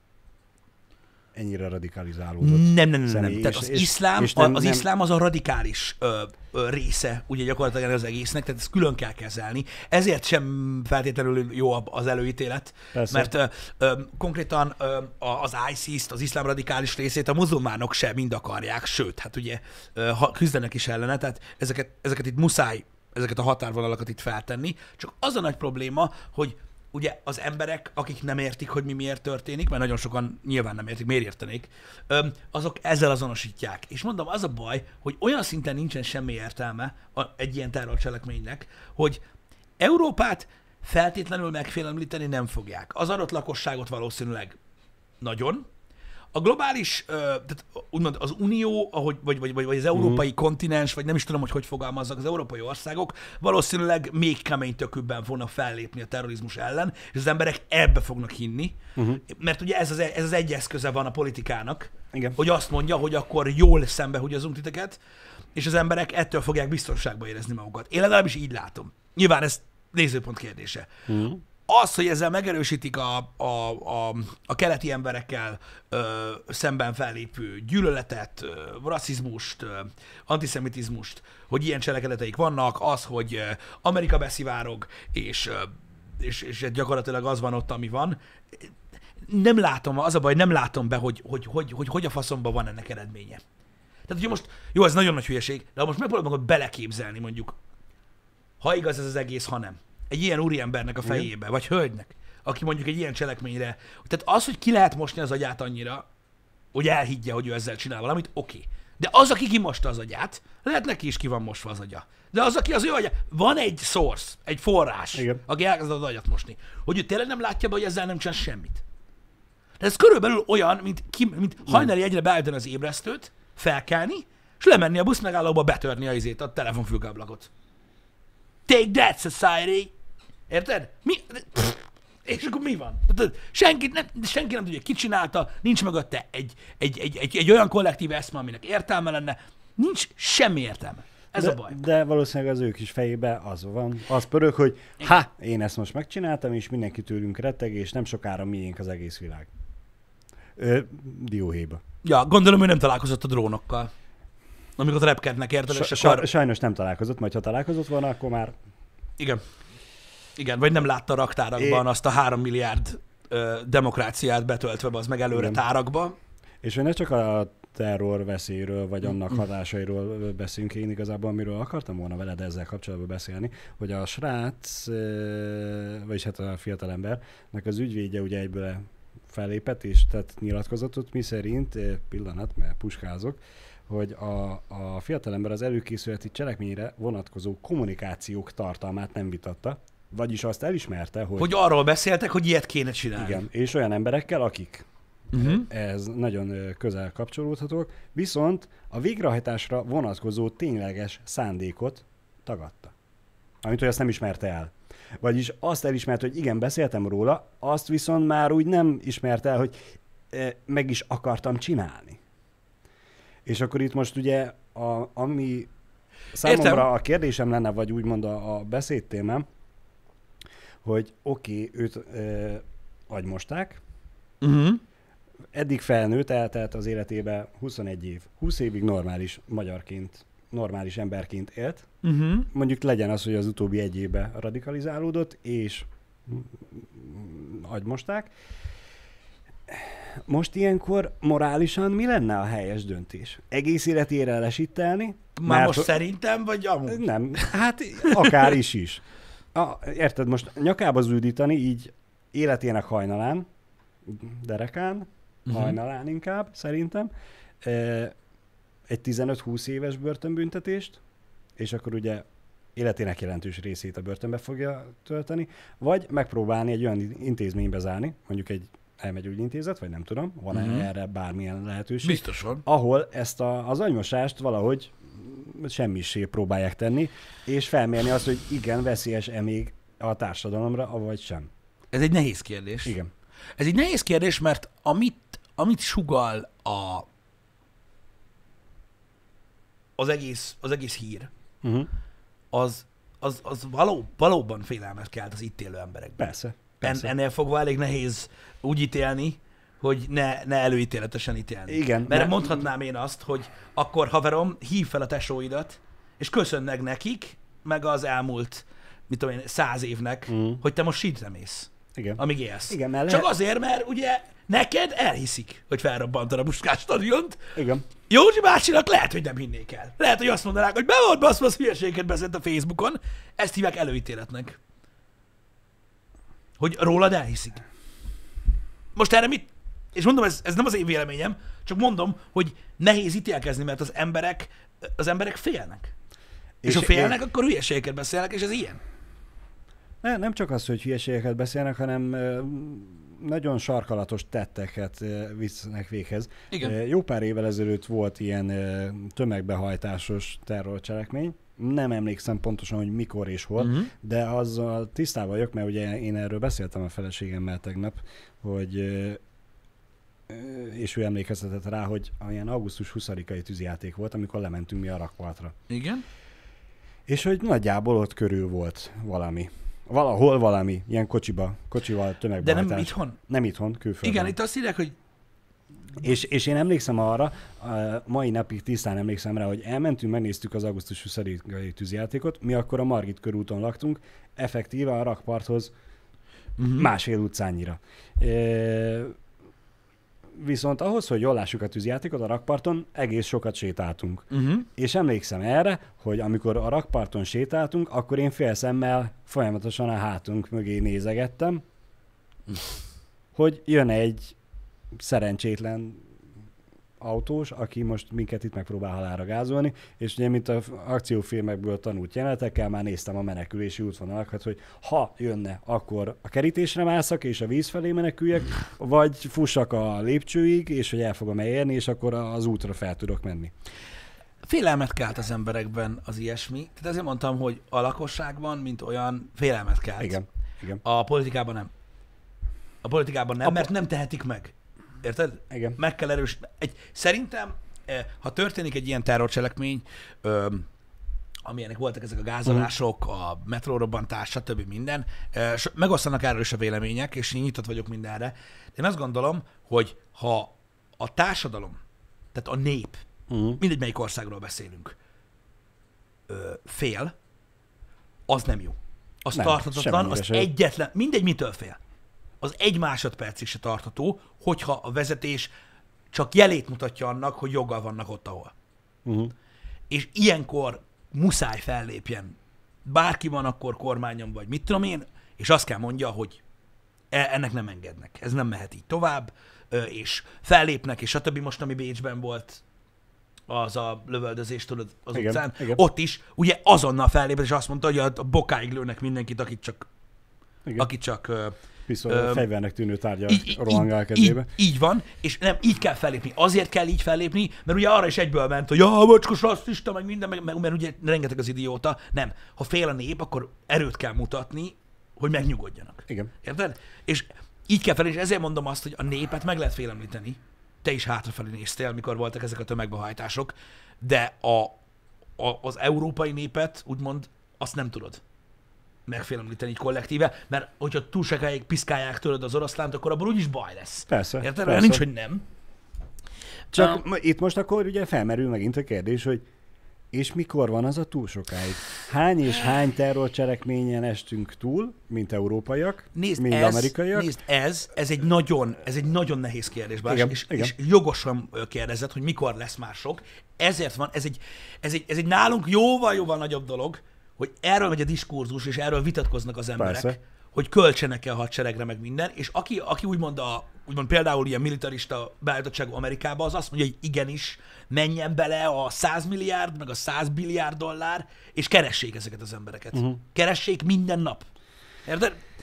Speaker 1: ennyire radikalizálódott.
Speaker 2: Nem. Tehát az iszlám, iszlám az a radikális része, ugye gyakorlatilag az egésznek, tehát ezt külön kell kezelni. Ezért sem feltétlenül jó az előítélet,
Speaker 1: Persze.
Speaker 2: mert konkrétan az ISIS-t, az iszlám radikális részét a muzulmánok sem mind akarják, sőt, hát ugye küzdenek is ellene, tehát ezeket itt muszáj, ezeket a határvonalakat itt feltenni. Csak az a nagy probléma, hogy ugye az emberek, akik nem értik, hogy mi miért történik, mert nagyon sokan nyilván nem értik, miért értenék, azok ezzel azonosítják. És mondom, az a baj, hogy olyan szinten nincsen semmi értelme egy ilyen terrorcselekménynek, hogy Európát feltétlenül megfélemlíteni nem fogják. Az adott lakosságot valószínűleg nagyon. A globális, tehát úgymond az unió, vagy az európai kontinens, vagy nem is tudom, hogy fogalmazzak, az európai országok valószínűleg még kemény tökükben fognak fellépni a terrorizmus ellen, és az emberek ebbe fognak hinni, mert ugye ez az egy eszköze van a politikának,
Speaker 1: Igen.
Speaker 2: hogy azt mondja, hogy akkor jól szembehúgyazunk titeket, és az emberek ettől fogják biztonságban érezni magukat. Én legalábbis így látom. Nyilván ez nézőpont kérdése. Az, hogy ezzel megerősítik a keleti emberekkel szemben fellépő gyűlöletet, rasszizmust, antiszemitizmust, hogy ilyen cselekedeteik vannak, az, hogy Amerika beszivárog, és gyakorlatilag az van ott, ami van. Nem látom, az a baj, nem látom be, hogy a faszomban van ennek eredménye. Tehát, hogy most, jó, ez nagyon nagy hülyeség, de most megpróbálom magad beleképzelni, mondjuk, ha igaz ez az egész, ha nem. Egy ilyen úriembernek a fejébe, vagy hölgynek, aki mondjuk egy ilyen cselekményre... Tehát az, hogy ki lehet mosni az agyát annyira, hogy elhiggye, hogy ő ezzel csinál valamit, oké. De az, aki kimosta az agyát, lehet neki is ki van mosva az agya. De az, aki az ő agya... Van egy source, egy forrás,
Speaker 1: Igen.
Speaker 2: aki elkezdett az agyat mosni. Hogy ő tényleg nem látja be, hogy ezzel nem csinál semmit. De ez körülbelül olyan, mint hajnali egyre beállítani az ébresztőt, felkelni, és lemenni a buszmegállóba, betörni a telefonfülkáblakot. Take that, society! Érted? És akkor mi van? Senki nem tudja, ki csinálta, nincs mögötte egy olyan kollektív eszme, aminek értelme lenne. Nincs semmi értelme. Ez a baj.
Speaker 1: De valószínűleg az ők is fejébe az van, az pörög, hogy én ezt most megcsináltam, és mindenki tőlünk retteg, és nem sokára miénk az egész világ. Dióhéjba.
Speaker 2: Ja, gondolom, ő nem találkozott a drónokkal. Amikor repkednek, érted?
Speaker 1: Sajnos nem találkozott, majd ha találkozott volna, akkor már...
Speaker 2: Igen, vagy nem látta a raktárakban azt a 3 milliárd demokráciát betöltve az meg előre tárakba.
Speaker 1: És hogy ne csak a terror veszélyről, vagy annak hatásairól beszélünk, én igazából amiről akartam volna veled ezzel kapcsolatban beszélni, hogy a srác, vagyis hát a fiatalembernek az ügyvédje ugye egyből fellépett, és tett nyilatkozatot, mi szerint, pillanat, mert puskázok, hogy a fiatalember az előkészületi cselekményre vonatkozó kommunikációk tartalmát nem vitatta, vagyis azt elismerte, hogy
Speaker 2: arról beszéltek, hogy ilyet kéne csinálni.
Speaker 1: Igen, és olyan emberekkel, akik ez nagyon közel kapcsolódhatók, viszont a végrehajtásra vonatkozó tényleges szándékot tagadta. Amit, hogy azt nem ismerte el. Vagyis azt elismerte, hogy igen, beszéltem róla, azt viszont már úgy nem ismerte el, hogy meg is akartam csinálni. És akkor itt most ugye, ami számomra a kérdésem lenne, vagy úgymond a beszédtémám, hogy oké, őt agymosták, eddig felnőtt, eltelt az életébe 21 év. 20 évig normális magyarként, normális emberként élt. Mondjuk legyen az, hogy az utóbbi egy évben radikalizálódott, és agymosták. Most ilyenkor morálisan mi lenne a helyes döntés? Egész életére lesítelni?
Speaker 2: Már most szerintem, vagy amúgy?
Speaker 1: Nem, hát akár is. Érted, most nyakába zúdítani így életének hajnalán, derekán, hajnalán inkább, szerintem, egy 15-20 éves börtönbüntetést, és akkor ugye életének jelentős részét a börtönbe fogja tölteni, vagy megpróbálni egy olyan intézménybe zárni, mondjuk egy elmegy ügyintézet, vagy nem tudom, van erre bármilyen lehetőség.
Speaker 2: Biztos van.
Speaker 1: Ahol ezt az agymosást valahogy semmisé próbálják tenni, és felmérni azt, hogy igen, veszélyes-e még a társadalomra, avagy sem.
Speaker 2: Ez egy nehéz kérdés.
Speaker 1: Igen.
Speaker 2: Ez egy nehéz kérdés, mert amit sugall az egész hír, az valóban félelmet kelt az itt élő emberekben.
Speaker 1: Persze.
Speaker 2: Ennél fogva elég nehéz úgy ítélni, hogy ne előítéletesen ítélni.
Speaker 1: Igen.
Speaker 2: Mert mondhatnám én azt, hogy akkor haverom, hív fel a tesóidat, és köszönd meg nekik, meg az elmúlt, 100 évnek, hogy te most sítre mész.
Speaker 1: Igen.
Speaker 2: Amíg élsz.
Speaker 1: Igen,
Speaker 2: Csak azért, mert ugye neked elhiszik, hogy felrobbantad a Puskás stadiont.
Speaker 1: Igen.
Speaker 2: Józsi bácsinak lehet, hogy nem hinnék el. Lehet, hogy azt mondanák, hogy be volt baszva, az hülyeséget beszélt a Facebookon. Ezt hívják előítéletnek. Hogy rólad elhiszik. Most erre mit? És mondom, ez nem az én véleményem, csak mondom, hogy nehéz ítélkezni, mert az emberek félnek. És ha félnek, akkor hülyeségeket beszélnek, és ez ilyen.
Speaker 1: Nem csak az, hogy hülyeségeket beszélnek, hanem nagyon sarkalatos tetteket visznek véghez.
Speaker 2: Igen.
Speaker 1: Jó pár évvel ezelőtt volt ilyen tömegbehajtásos terrorcselekmény. Nem emlékszem pontosan, hogy mikor és hol, de azzal tisztában vagyok, mert ugye én erről beszéltem a feleségemmel tegnap, hogy és ő emlékeztetett rá, hogy olyan augusztus 20-ai tűzijáték volt, amikor lementünk mi a rakpartra.
Speaker 2: Igen.
Speaker 1: És hogy nagyjából ott körül volt valami. Valahol valami, ilyen kocsival tömegbehajtás.
Speaker 2: De nem itthon?
Speaker 1: Nem itthon, külföldön.
Speaker 2: Igen, itt azt írják, hogy...
Speaker 1: És én emlékszem arra, mai napig tisztán emlékszem rá, hogy elmentünk, megnéztük az augusztus 20-ai tűzijátékot, mi akkor a Margit körúton laktunk, effektíve a rakparthoz másfél utcányira. Viszont ahhoz, hogy jól lássuk a tűzjátékot a rakparton, egész sokat sétáltunk. És emlékszem erre, hogy amikor a rakparton sétáltunk, akkor én félszemmel folyamatosan a hátunk mögé nézegettem, hogy jön egy szerencsétlen autós, aki most minket itt megpróbál halálra gázolni, és ugye, mint az akciófilmekből tanult jelenetekkel, már néztem a menekülési útvonalakat, hogy ha jönne, akkor a kerítésre mászak, és a víz felé meneküljek, vagy fussak a lépcsőig, és hogy el fogom érni, és akkor az útra fel tudok menni.
Speaker 2: Félelmet kelt az emberekben az ilyesmi. Tehát ezért mondtam, hogy a lakosságban, mint olyan, félelmet kelt.
Speaker 1: Igen.
Speaker 2: A politikában nem. A politikában nem, mert nem tehetik meg. Érted?
Speaker 1: Igen.
Speaker 2: Meg kell szerintem, ha történik egy ilyen terrorcselekmény, amilyenek voltak ezek a gázolások, a metrórobbantás, stb. Minden, megosztanak erről is a vélemények, és én nyitott vagyok mindenre. Én azt gondolom, hogy ha a társadalom, tehát a nép, mindegy melyik országról beszélünk, fél, az nem jó. Az nem, tarthatatlan, az egyetlen, mindegy mitől fél. Az egy másodpercig se tartható, hogyha a vezetés csak jelét mutatja annak, hogy joggal vannak ott, ahol. És ilyenkor muszáj fellépjen. Bárki van akkor kormányon, vagy mit tudom én, és azt kell mondja, hogy ennek nem engednek. Ez nem mehet így tovább, és fellépnek, és stb. Most, ami Bécsben volt, az a lövöldözés, tudod, az utcán, ott is, ugye azonnal fellépett, és azt mondta, hogy a bokáig lőnek mindenkit, akit csak
Speaker 1: fegyvernek tűnő tárgyal rohangál kezébe.
Speaker 2: Így van, és nem, így kell fellépni. Azért kell így fellépni, mert ugye arra is egyből ment, hogy bocskos rasszista, meg minden, mert ugye rengeteg az idióta. Nem. Ha fél a nép, akkor erőt kell mutatni, hogy megnyugodjanak.
Speaker 1: Igen.
Speaker 2: Érted? És így kell fellépni, és ezért mondom azt, hogy a népet meg lehet félemlíteni. Te is hátrafelé néztél, mikor voltak ezek a tömegbehajtások, de az európai népet, úgymond, azt nem tudod megfélemlíteni így kollektíve, mert hogyha túl sokáig piszkálják tőled az oroszlánt, akkor abból úgyis baj lesz.
Speaker 1: Persze.
Speaker 2: Érted? Olyan nincs, hogy nem.
Speaker 1: Csak itt most akkor ugye felmerül megint a kérdés, hogy és mikor van az a túl sokáig? Hány és hány terrorcselekményen estünk túl, mint európaiak, mint amerikaiak?
Speaker 2: Nézd, ez egy nagyon nehéz kérdés, Bás,
Speaker 1: igen.
Speaker 2: És jogosan kérdezed, hogy mikor lesz már sok. Ezért van, ez egy nálunk jóval nagyobb dolog, hogy erről megy a diskurzus, és erről vitatkoznak az emberek, persze, hogy költsenek-e a hadseregre, meg minden, és aki úgymond például ilyen militarista beállítottságú Amerikában, az azt mondja, hogy igenis, menjen bele a 100 milliárd, meg a 100 billiárd dollár, és keressék ezeket az embereket. Keressék minden nap. Érted?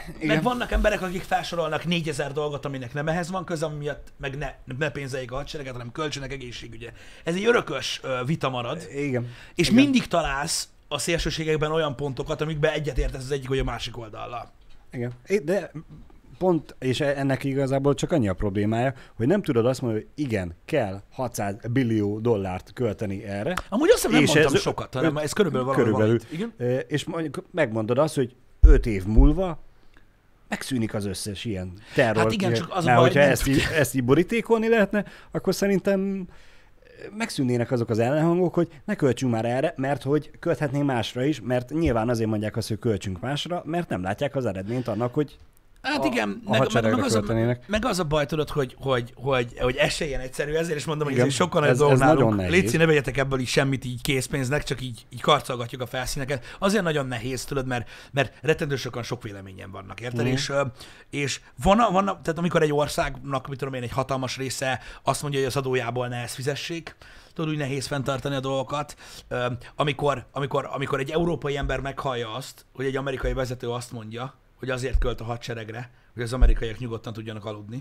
Speaker 2: Meg vannak emberek, akik felsorolnak 4000 dolgot, aminek nem ehhez van köze, ami miatt meg ne pénzeljék a hadsereget, hanem költsenek egészségügyre. Ez egy örökös vita marad.
Speaker 1: Igen.
Speaker 2: És
Speaker 1: Igen.
Speaker 2: mindig találsz a szélsőségekben olyan pontokat, amikben egyetértesz az egyik vagy a másik oldallal.
Speaker 1: Igen. De pont, és ennek igazából csak annyi a problémája, hogy nem tudod azt mondani, hogy igen, kell 600 billió dollárt költeni erre.
Speaker 2: Amúgy azt nem
Speaker 1: és
Speaker 2: mondtam
Speaker 1: ez
Speaker 2: sokat, hanem ez körülbelül valami
Speaker 1: körülbelül.
Speaker 2: Igen?
Speaker 1: És mondjuk megmondod azt, hogy 5 év múlva megszűnik az összes ilyen terror.
Speaker 2: Hát igen, csak az a
Speaker 1: mert
Speaker 2: baj,
Speaker 1: hogyha ezt így borítékolni lehetne, akkor szerintem megszűnnének azok az ellenhangok, hogy ne költsünk már erre, mert hogy költhetnénk másra is, mert nyilván azért mondják azt, hogy költsünk másra, mert nem látják az eredményt annak, hogy
Speaker 2: Hát igen, meg az a baj, tudod, hogy ez se ilyen egyszerű, ezért is mondom, hogy ez sokkal nagyobb dolog nálunk. Léci, ne vegyetek ebből is semmit így készpénznek, csak így karcolgatjuk a felszíneket. Azért nagyon nehéz, tudod, mert rettentő sokan sok véleményen vannak, érted? És van, tehát amikor egy országnak, mit tudom én, egy hatalmas része azt mondja, hogy az adójából ne ezt fizessék, tudod, úgy nehéz fenntartani a dolgokat. Amikor egy európai ember meghallja azt, hogy egy amerikai vezető azt mondja, hogy azért költ a hadseregre, hogy az amerikaiak nyugodtan tudjanak aludni.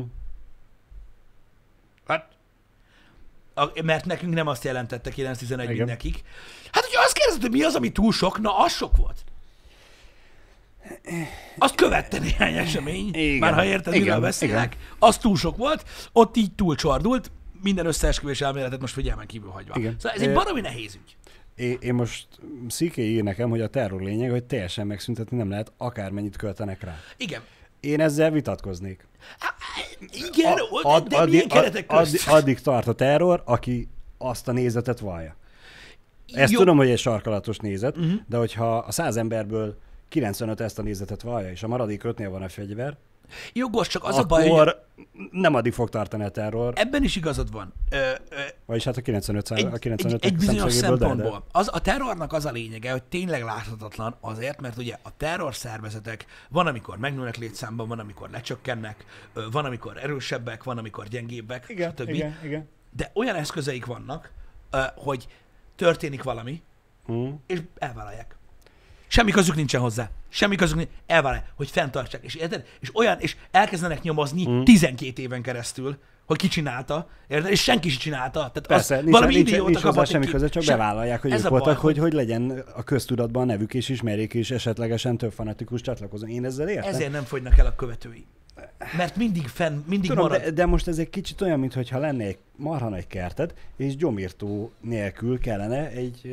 Speaker 2: Hát, mert nekünk nem azt jelentette 9-11, mint nekik. Hát, hogyha azt kérdezed, hogy mi az, ami túl sok, na az sok volt. Azt követte néhány esemény, már ha érted, miről beszélek, az túl sok volt, ott így túl csordult, minden összeesküvés elméletet most figyelmen kívül hagyva. Igen. Szóval ez egy baromi nehéz ügy.
Speaker 1: Én most Sziké ír nekem, hogy a terror lényeg, hogy teljesen megszüntetni nem lehet, akármennyit költenek rá.
Speaker 2: Igen.
Speaker 1: Én ezzel vitatkoznék.
Speaker 2: Igen, de milyen keretek közt?
Speaker 1: Addig tart a terror, aki azt a nézetet vallja. Ezt tudom, hogy egy sarkalatos nézet, de hogyha a 100 emberből 95 ezt a nézetet vallja, és a maradék 5-nél van a fegyver,
Speaker 2: jogos, csak az
Speaker 1: akkor
Speaker 2: a baj, hogy
Speaker 1: nem addig fog tartani a terror.
Speaker 2: Ebben is igazad van.
Speaker 1: Vagyis hát a 95
Speaker 2: egy bizonyos szempontból. A terrornak az a lényege, hogy tényleg láthatatlan azért, mert ugye a terror szervezetek van, amikor megnőnek létszámban, van, amikor lecsökkennek, van, amikor erősebbek, van, amikor gyengébbek, stb.
Speaker 1: Igen.
Speaker 2: De olyan eszközeik vannak, hogy történik valami, és elvállalják. Semmi közük nincsen hozzá. Semmi közük elvállalják, hogy fenntartsák. És érted? És elkezdenek nyomozni 12 éven keresztül, hogy ki csinálta, érted? És senki sem csinálta. Tehát
Speaker 1: persze, nincs hozzá semmi köze, csak bevállalják, hogy ők voltak, hogy legyen a köztudatban a nevük, és ismerjék, és esetlegesen több fanatikus csatlakozó. Én ezzel értem.
Speaker 2: Ezért nem fogynak el a követői. Mert mindig tudom, marad.
Speaker 1: De most ez egy kicsit olyan, mintha lenne egy marha nagy kerted, és gyomírtó nélkül kellene egy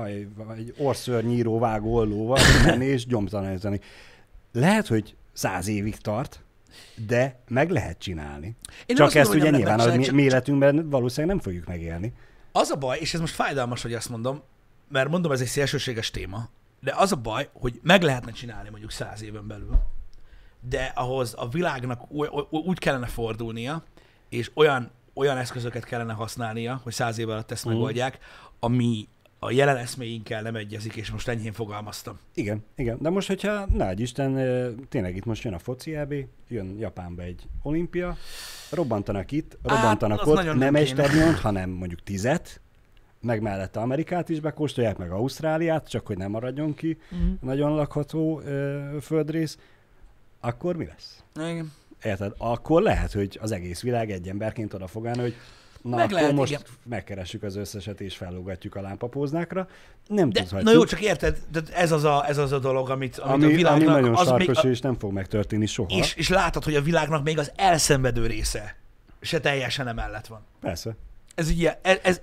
Speaker 1: orszörnyíró vágó ollóval menni és gyomtalanítani. Lehet, hogy 100 évig tart, de meg lehet csinálni. Csak ezt ugye nyilván a mi életünkben valószínűleg nem fogjuk megélni.
Speaker 2: Az a baj, és ez most fájdalmas, hogy azt mondom, mert mondom, ez egy szélsőséges téma, de az a baj, hogy meg lehetne csinálni mondjuk 100 éven belül, de ahhoz a világnak úgy kellene fordulnia, és olyan eszközöket kellene használnia, hogy 100 év alatt ezt megoldják, ami a jelen eszméinkkel nem egyezik, és most enyhén fogalmaztam.
Speaker 1: Igen. De most, hogyha nagy Isten, tényleg itt most jön a foci EB, jön Japánba egy olimpia, robbantanak itt, robbantanak ott, nem egy stadiont, hanem mondjuk 10, meg mellette Amerikát is bekóstolják, meg Ausztráliát, csak hogy nem maradjon ki nagyon lakható földrész, akkor mi lesz?
Speaker 2: Igen.
Speaker 1: Érted? Akkor lehet, hogy az egész világ egy emberként oda fog állni, hogy na akkor lehet, most megkeressük az összeset és fellógatjuk a lámpapóznákra. Nem tudhatjuk.
Speaker 2: Na jó, csak érted, ez az a dolog, amit a világnak...
Speaker 1: Ami nagyon sarkos, és nem fog megtörténni soha.
Speaker 2: És látod, hogy a világnak még az elszenvedő része se teljesen emellett van.
Speaker 1: Persze.
Speaker 2: Ez ugye,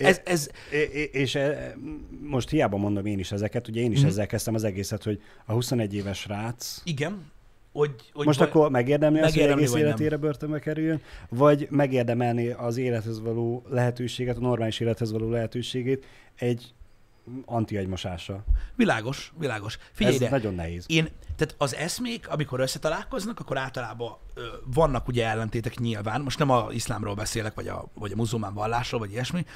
Speaker 1: és most hiába mondom én is ezeket, ugye én is ezzel kezdtem az egészet, hogy a 21 éves srác...
Speaker 2: Igen.
Speaker 1: Most akkor megérdemli azt, hogy egész életére börtönbe kerüljön, vagy megérdemelni az élethez való lehetőséget, a normális élethez való lehetőségét egy anti-agymosással.
Speaker 2: Világos. Figyelj ide.
Speaker 1: Ez nagyon nehéz.
Speaker 2: Tehát az eszmék, amikor összetalálkoznak, akkor általában vannak ugye ellentétek nyilván, most nem az iszlámról beszélek, vagy a muzulmán vallásról, vagy ilyesmi.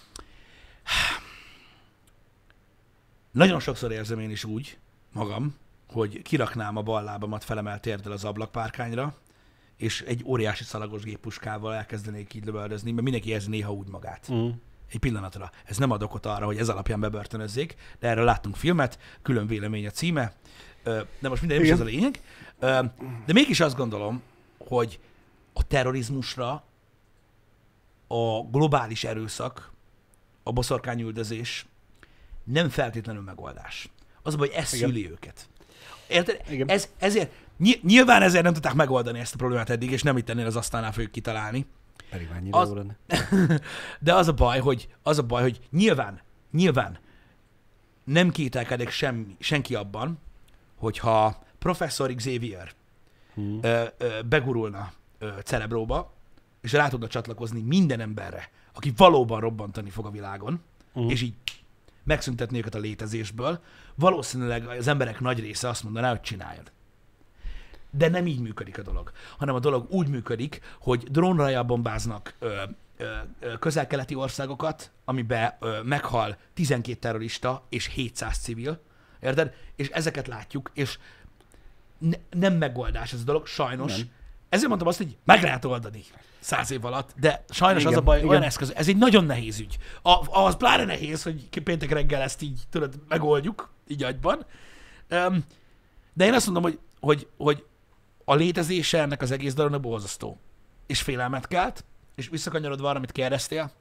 Speaker 2: Nagyon sokszor érzem én is úgy magam, hogy kiraknám a bal lábamat felemelt térdel az ablakpárkányra, és egy óriási szalagos géppuskával elkezdenék így lövöldözni, mert mindenki érzi néha úgy magát. Egy pillanatra. Ez nem ad okot arra, hogy ez alapján bebörtönözzék, de erről láttunk filmet, külön vélemény a címe. De most minden nem is ez a lényeg. De mégis azt gondolom, hogy a terrorizmusra a globális erőszak, a boszorkányüldözés nem feltétlenül megoldás. Az a baj, hogy ez szüli őket. Érted? Ezért, nyilván ezért nem tudták megoldani ezt a problémát eddig, és nem itt ennél az asztalnál fogjuk kitalálni.
Speaker 1: Pedig már annyira jó lenne.
Speaker 2: De az a baj, hogy nyilván nem kételkedik senki abban, hogyha professzor Xavier begurulna Cerebróba, és rá tudna csatlakozni minden emberre, aki valóban robbantani fog a világon, és így megszüntetni őket a létezésből, valószínűleg az emberek nagy része azt mondaná, hogy csináljad. De nem így működik a dolog, hanem a dolog úgy működik, hogy drónrajjal bombáznak közel-keleti országokat, amiben meghal 12 terrorista és 700 civil, érted? És ezeket látjuk, és nem megoldás ez a dolog, sajnos. Nem. Ezért mondtam azt, hogy meg lehet oldani 100 év alatt, de sajnos az a baj, olyan eszköz, ez egy nagyon nehéz ügy. Az pláne nehéz, hogy péntek reggel ezt így, tudod, megoldjuk, így agyban. De én azt mondom, hogy a létezése ennek az egész dolognak borzasztó. És félelmet kelt, és visszakanyarodva arra, amit kérdeztél.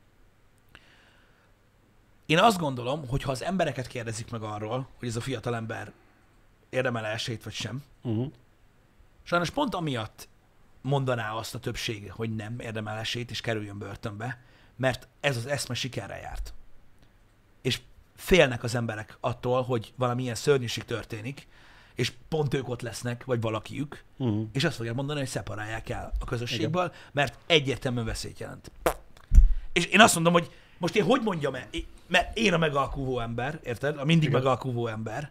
Speaker 2: Én azt gondolom, hogy ha az embereket kérdezik meg arról, hogy ez a fiatal ember érdemel-e esélyt, vagy sem, sajnos pont amiatt mondaná azt a többség, hogy nem érdemel esélyt, és kerüljön börtönbe, mert ez az eszme sikerrel járt. És félnek az emberek attól, hogy valamilyen szörnyűség történik, és pont ők ott lesznek, vagy valakiük, és azt fogják mondani, hogy szeparálják el a közösségből, mert egyértelműen veszélyt jelent. És én azt mondom, hogy most én hogy mondjam el, mert én a megalkuvó ember, érted? A mindig megalkuvó ember.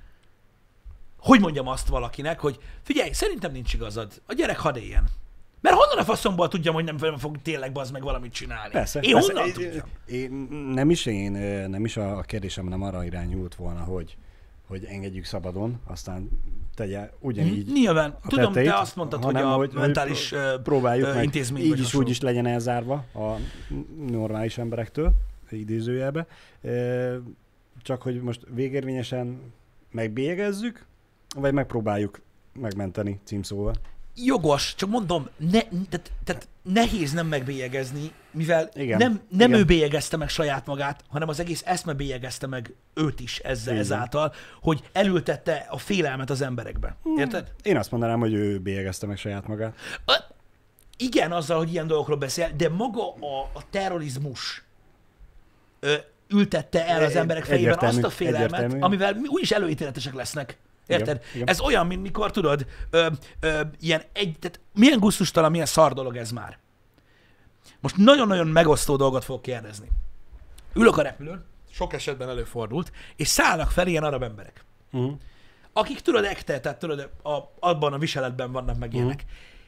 Speaker 2: Hogy mondjam azt valakinek, hogy figyelj, szerintem nincs igazad, a gyerek hadd éljen. Mert honnan a faszomból tudjam, hogy nem fog tényleg bazd meg valamit csinálni?
Speaker 1: Persze.
Speaker 2: Én honnan tudjam?
Speaker 1: Nem is a kérdésem nem arra irányult volna, hogy engedjük szabadon, aztán tegye ugyanígy
Speaker 2: nyilván. Tudom,
Speaker 1: tetteit,
Speaker 2: te azt mondtad, hogy a mentális
Speaker 1: próbáljuk
Speaker 2: intézmény
Speaker 1: meg, így is úgy is legyen elzárva a normális emberektől, idézőjelbe. Csak hogy most végérvényesen megbélyegezzük, vagy megpróbáljuk megmenteni címszóval.
Speaker 2: Jogos, csak mondom, tehát nehéz nem megbélyegezni, mivel nem
Speaker 1: igen.
Speaker 2: ő bélyegezte meg saját magát, hanem az egész eszme bélyegezte meg őt is ezáltal, hogy elültette a félelmet az emberekbe. Érted?
Speaker 1: Én azt mondanám, hogy ő bélyegezte meg saját magát.
Speaker 2: Igen, azzal, hogy ilyen dolgokról beszél, de maga a terrorizmus ültette el az emberek fejében azt a félelmet, amivel úgyis előítéletesek lesznek. Érted? Igen. Ez olyan, mint mikor tudod, tehát milyen gusztustalan, milyen szar dolog ez már. Most nagyon-nagyon megosztó dolgot fogok kérdezni. Ülök a repülőn, sok esetben előfordult, és szállnak fel ilyen arab emberek. Akik tudod, tehát tudod, abban a viseletben vannak meg ilyenek.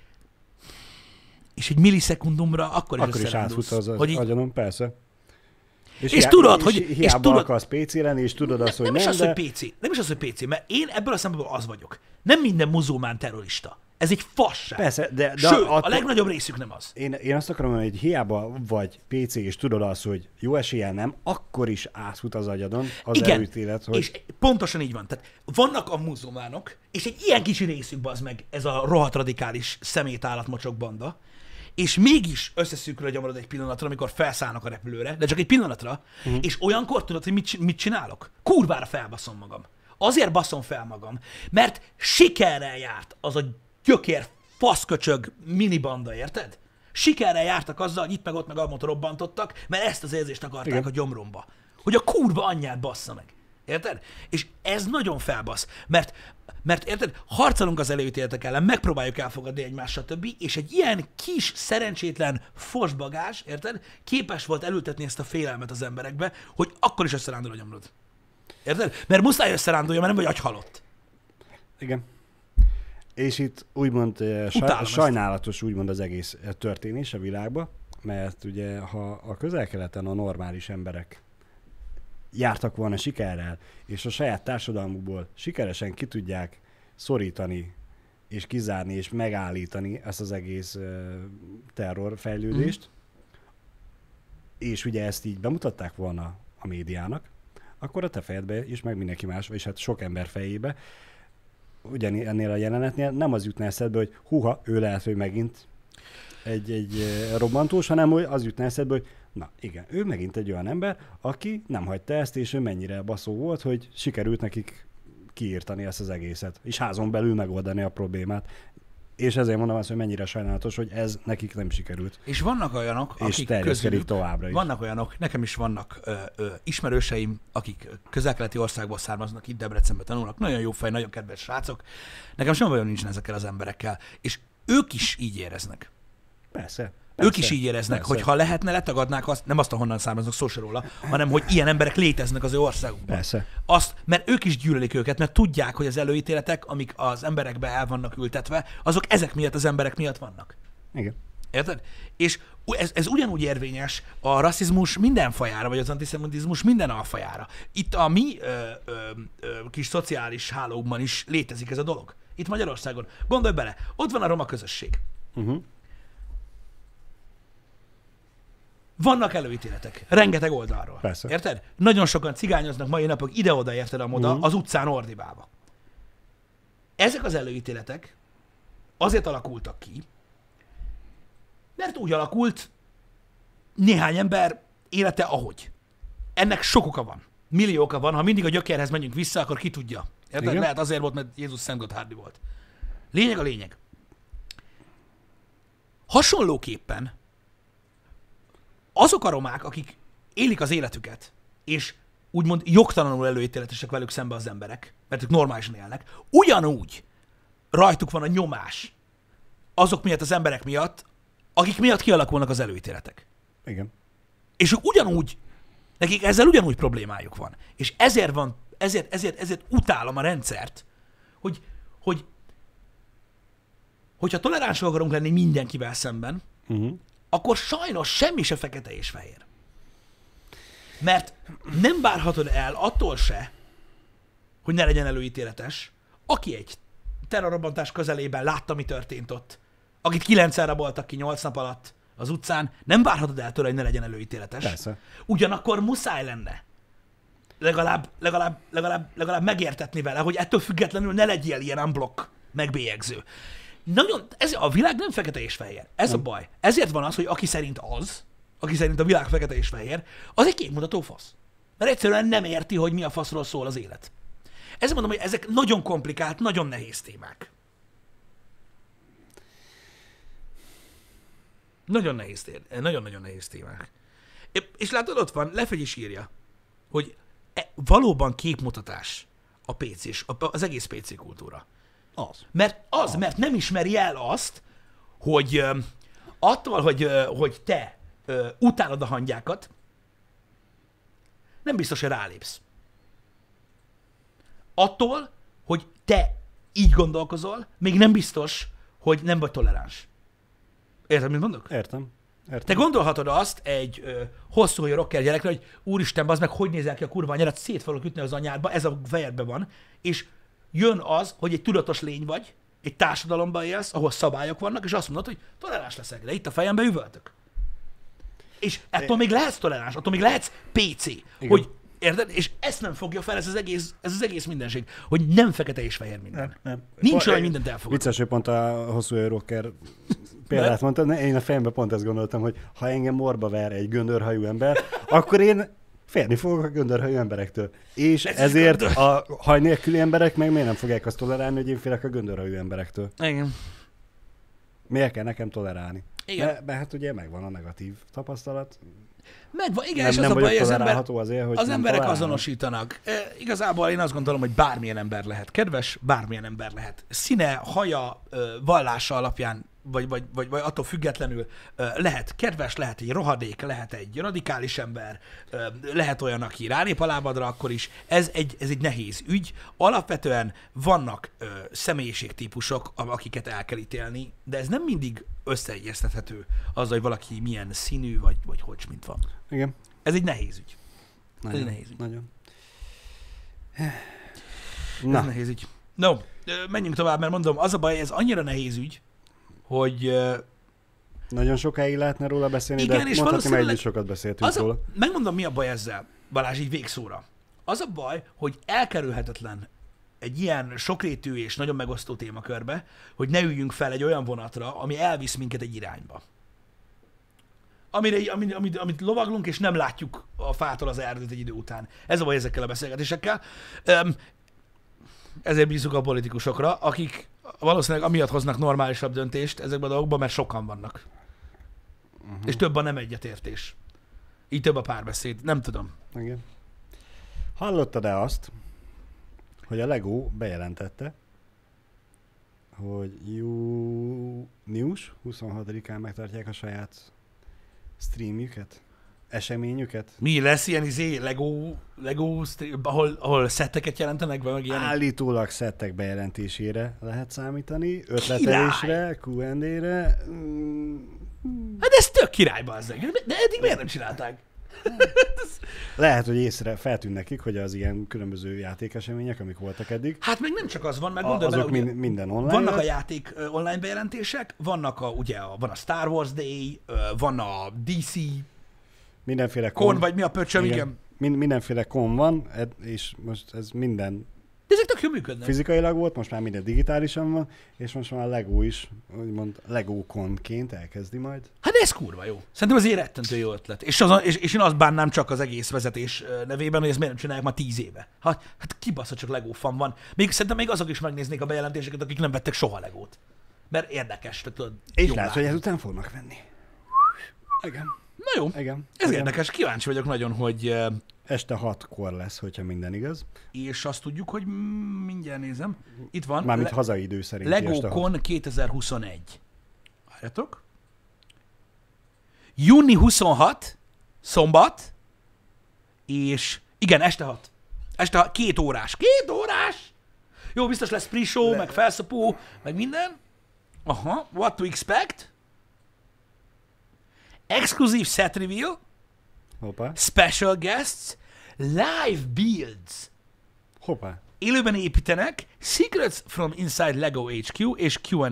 Speaker 2: És egy millisekundumra akkor
Speaker 1: is átfut az agyanom, persze.
Speaker 2: És tudod, hogy...
Speaker 1: Hiába akarsz PC lenni, és tudod azt, hogy nem,
Speaker 2: Nem is az, hogy PC, mert én ebből a szempontból az vagyok. Nem minden muzulmán terrorista. Ez egy fasság.
Speaker 1: Persze, de
Speaker 2: sőt, a legnagyobb részük nem az.
Speaker 1: Én azt akarom mondani, hogy hiába vagy PC, és tudod azt, hogy jó eséllyel nem, akkor is átfut az agyadon az előítélet, hogy...
Speaker 2: és pontosan így van. Tehát vannak a muzulmánok, és egy ilyen kicsi részük az meg ez a rohadt radikális szemétállatmocsok banda, és mégis összeszűkül a gyomrod egy pillanatra, amikor felszállnak a repülőre, de csak egy pillanatra, és olyankor tudod, hogy mit csinálok? Kurvára felbaszom magam. Azért baszom fel magam, mert sikerrel járt az a gyökér faszköcsög minibanda, érted? Sikerrel jártak azzal, hogy itt meg ott meg amott robbantottak, mert ezt az érzést akarták a gyomromba. Hogy a kurva anyját bassza meg. Érted? És ez nagyon felbasz, mert érted, harcolunk az előítéletek ellen, megpróbáljuk elfogadni egymást, stb. És egy ilyen kis, szerencsétlen fosbagás, érted, képes volt elültetni ezt a félelmet az emberekbe, hogy akkor is összerándul a gyomrod. Érted? Mert muszáj összerándulja, mert nem vagy agyhalott.
Speaker 1: Igen. És itt úgymond sajnálatos úgymond az egész történés a világban, mert ugye ha a közel-keleten a normális emberek jártak volna sikerrel, és a saját társadalmukból sikeresen ki tudják szorítani, és kizárni, és megállítani ezt az egész terrorfejlődést, és ugye ezt így bemutatták volna a médiának, akkor a te fejedbe is, meg mindenki más, és hát sok ember fejébe ennél a jelenetnél nem az jutna eszedbe, hogy húha, ő lehet, hogy megint egy robbantós, hanem hogy az jutna eszedbe, hogy na igen, ő megint egy olyan ember, aki nem hagyta ezt, és ő mennyire baszó volt, hogy sikerült nekik kiírtani ezt az egészet, és házon belül megoldani a problémát. És ezért mondom azt, hogy mennyire sajnálatos, hogy ez nekik nem sikerült.
Speaker 2: És vannak olyanok,
Speaker 1: és
Speaker 2: akik
Speaker 1: terjeszkedik továbbra is.
Speaker 2: Vannak olyanok, nekem is vannak ismerőseim, akik közel-keleti országból származnak, itt Debrecenben tanulnak, nagyon jó fej, nagyon kedves srácok. Nekem sem bajom nincsen ezekkel az emberekkel. És ők is így éreznek.
Speaker 1: Persze.
Speaker 2: Ők is így éreznek,
Speaker 1: persze.
Speaker 2: hogy ha lehetne, letagadnák azt, nem azt, ahonnan származnak, szó se róla, hanem hogy ilyen emberek léteznek az ő országukban.
Speaker 1: Persze.
Speaker 2: Azt, mert ők is gyűlölik őket, mert tudják, hogy az előítéletek, amik az emberekbe el vannak ültetve, azok ezek miatt az emberek miatt vannak.
Speaker 1: Igen.
Speaker 2: Érted? És ez ugyanúgy érvényes a rasszizmus minden fajára, vagy az antiszemitizmus minden alfajára. Itt a mi kis szociális hálókban is létezik ez a dolog. Itt Magyarországon. Gondolj bele, ott van a roma közösség.
Speaker 1: Uh-huh.
Speaker 2: Vannak előítéletek, rengeteg oldalról.
Speaker 1: Persze.
Speaker 2: Érted? Nagyon sokan cigányoznak mai napok ide-oda, érted, amoda,
Speaker 1: Uh-huh.
Speaker 2: az utcán ordibálva. Ezek az előítéletek azért alakultak ki, mert úgy alakult néhány ember élete ahogy. Ennek sok oka van. Millió oka van. Ha mindig a gyökérhez megyünk vissza, akkor ki tudja. Érted?
Speaker 1: Igen.
Speaker 2: Lehet azért volt, mert Jézus Szent Gotthárdi volt. Lényeg a lényeg. Hasonlóképpen azok a romák, akik élik az életüket, és úgymond jogtalanul előítéletesek velük szembe az emberek, mert ők normálisan élnek, ugyanúgy rajtuk van a nyomás azok miatt, az emberek miatt, akik miatt kialakulnak az előítéletek.
Speaker 1: Igen.
Speaker 2: És ők ugyanúgy, nekik ezzel ugyanúgy problémájuk van. És ezért utálom a rendszert, hogyha toleránsok akarunk lenni mindenkivel szemben,
Speaker 1: Uh-huh.
Speaker 2: akkor sajnos semmi se fekete és fehér. Mert nem várhatod el attól se, hogy ne legyen előítéletes, aki egy terrorrobbantás közelében látta, mi történt ott, akit 9-szer raboltak ki 8 nap alatt az utcán, nem várhatod el tőle, hogy ne legyen előítéletes.
Speaker 1: Persze.
Speaker 2: Ugyanakkor muszáj lenne legalább megértetni vele, hogy ettől függetlenül ne legyél ilyen unblock megbélyegző. Nagyon, a világ nem fekete és fehér. Ez a baj. Ezért van az, hogy aki szerint a világ fekete és fehér, az egy képmutató fasz. Mert egyszerűen nem érti, hogy mi a faszról szól az élet. Ezért mondom, hogy ezek nagyon komplikált, nagyon nehéz témák. Nagyon-nagyon nehéz témák. És látod, ott van, Lefegy is írja, hogy valóban képmutatás a PC-s, az egész PC kultúra. Mert nem ismeri el azt, hogy attól, hogy te utálod a hangyákat, nem biztos, hogy rálépsz. Attól, hogy te így gondolkozol, még nem biztos, hogy nem vagy toleráns. Érted, mit mondok?
Speaker 1: Értem.
Speaker 2: Te gondolhatod azt egy hosszú hajú rocker gyerekre, hogy úristen, bazd meg, hogy nézel ki a kurva anyádat, szét fogok ütni az anyádba, ez a fejedben van, és jön az, hogy egy tudatos lény vagy, egy társadalomban élsz, ahol szabályok vannak, és azt mondod, hogy toleráns leszek, de itt a fejembe üvöltök. És attól még lehetsz toleráns, attól még lehetsz PC, igen. Hogy érted? És ezt nem fogja fel ez az egész mindenség, hogy nem fekete és fehér minden.
Speaker 1: Nem.
Speaker 2: Nincs olyan, hogy mindent elfogad.
Speaker 1: Vicces, hogy pont a hosszú hajú rocker példát mondtad. Én a fejemben pont ezt gondoltam, hogy ha engem morba ver egy göndörhajú ember, akkor én félni fogok a göndörhajú emberektől. És ezért a haj nélküli emberek meg miért nem fogják azt tolerálni, hogy én félek a göndörhajú emberektől.
Speaker 2: Igen.
Speaker 1: Miért kell nekem tolerálni?
Speaker 2: Igen.
Speaker 1: Mert hát ugye megvan a negatív tapasztalat.
Speaker 2: Megvan, igen,
Speaker 1: Nem,
Speaker 2: és
Speaker 1: nem
Speaker 2: az a baj, hogy
Speaker 1: az
Speaker 2: emberek
Speaker 1: tolerálom.
Speaker 2: azonosítanak. Igazából én azt gondolom, hogy bármilyen ember lehet kedves, bármilyen ember lehet színe, haja, vallása alapján, vagy attól függetlenül lehet kedves, lehet egy rohadék, lehet egy radikális ember, lehet olyan, aki rálép a lábadra akkor is. Ez egy nehéz ügy. Alapvetően vannak személyiségtípusok, akiket el kell ítélni, de ez nem mindig összeegyeztethető azzal, hogy valaki milyen színű, vagy hogy mint van.
Speaker 1: Igen.
Speaker 2: Ez egy nehéz ügy.
Speaker 1: Nagyon,
Speaker 2: Ez egy nehéz ügy.
Speaker 1: Nagyon.
Speaker 2: Ez nehéz ügy. No, menjünk tovább, mert mondom, az a baj, ez annyira nehéz ügy, hogy
Speaker 1: Nagyon sokáig lehetne róla beszélni,
Speaker 2: igen,
Speaker 1: de
Speaker 2: és
Speaker 1: mondhatni, mert
Speaker 2: valószínűleg
Speaker 1: így sokat beszéltünk róla.
Speaker 2: megmondom, mi a baj ezzel, Balázs, így végszóra. Az a baj, hogy elkerülhetetlen egy ilyen sokrétű és nagyon megosztó témakörbe, hogy ne üljünk fel egy olyan vonatra, ami elvisz minket egy irányba. Amit lovaglunk, és nem látjuk a fától az erdőt egy idő után. Ez a baj ezekkel a beszélgetésekkel. Ezért bízunk a politikusokra, akik valószínűleg amiatt hoznak normálisabb döntést ezekben a dolgokban, mert sokan vannak. És több a nem egyetértés. Így több a párbeszéd. Nem tudom.
Speaker 1: Igen. Hallottad-e azt, hogy a Lego bejelentette, hogy június 26-án megtartják a saját streamjüket? Eseményüket?
Speaker 2: Mi lesz ilyen Lego stream, ahol szetteket jelentenek be, meg ilyenek?
Speaker 1: Állítólag szettek bejelentésére lehet számítani, ötletelésre, Q&A-re.
Speaker 2: Hát ez tök királyba az. De eddig miért nem csinálták?
Speaker 1: Lehet, hogy feltűn nekik, hogy az ilyen különböző játékesemények, amik voltak eddig.
Speaker 2: Hát még nem csak az van, meg gondolj
Speaker 1: azok
Speaker 2: bele, ugye,
Speaker 1: minden online.
Speaker 2: vannak
Speaker 1: lett.
Speaker 2: a játék online bejelentések, vannak van a Star Wars Day, van a DC
Speaker 1: Mindenféle
Speaker 2: Con, vagy mi a pöcsöm, igen.
Speaker 1: Mindenféle kon van, és most ez minden
Speaker 2: De ezek tök jól működnek.
Speaker 1: fizikailag volt, most már minden digitálisan van, és most már a Lego is, úgymond Lego Con-ként elkezdi majd.
Speaker 2: Hát ez kurva jó. Szerintem az egy rettentő jó ötlet. És én azt bánnám csak az egész vezetés nevében, hogy ezt miért nem csinálják már 10 éve. Hát kibaszott, csak Lego fan van. Szerintem még azok is megnéznék a bejelentéseket, akik nem vettek soha Legót. Mert érdekes, tudod.
Speaker 1: És lehet, hogy ezután fognak venni. Igen.
Speaker 2: Na jó,
Speaker 1: Igen.
Speaker 2: ez
Speaker 1: Igen.
Speaker 2: érdekes. Kíváncsi vagyok nagyon, hogy...
Speaker 1: Este 6-kor lesz, hogyha minden igaz.
Speaker 2: És azt tudjuk, hogy mindjárt nézem. Itt van.
Speaker 1: Mármint hazai idő szerint.
Speaker 2: Lego Con 2021. Várjatok. Júni 26, szombat, és igen, este 6. Este 6, 2 órás. 2 órás! Jó, biztos lesz pre-show, meg felszapó, meg minden. Aha, what to expect? Exclusive set reveal,
Speaker 1: Hoppá.
Speaker 2: special guests, live builds.
Speaker 1: Hoppá.
Speaker 2: Élőben építenek, Secrets from Inside Lego HQ és Q&A.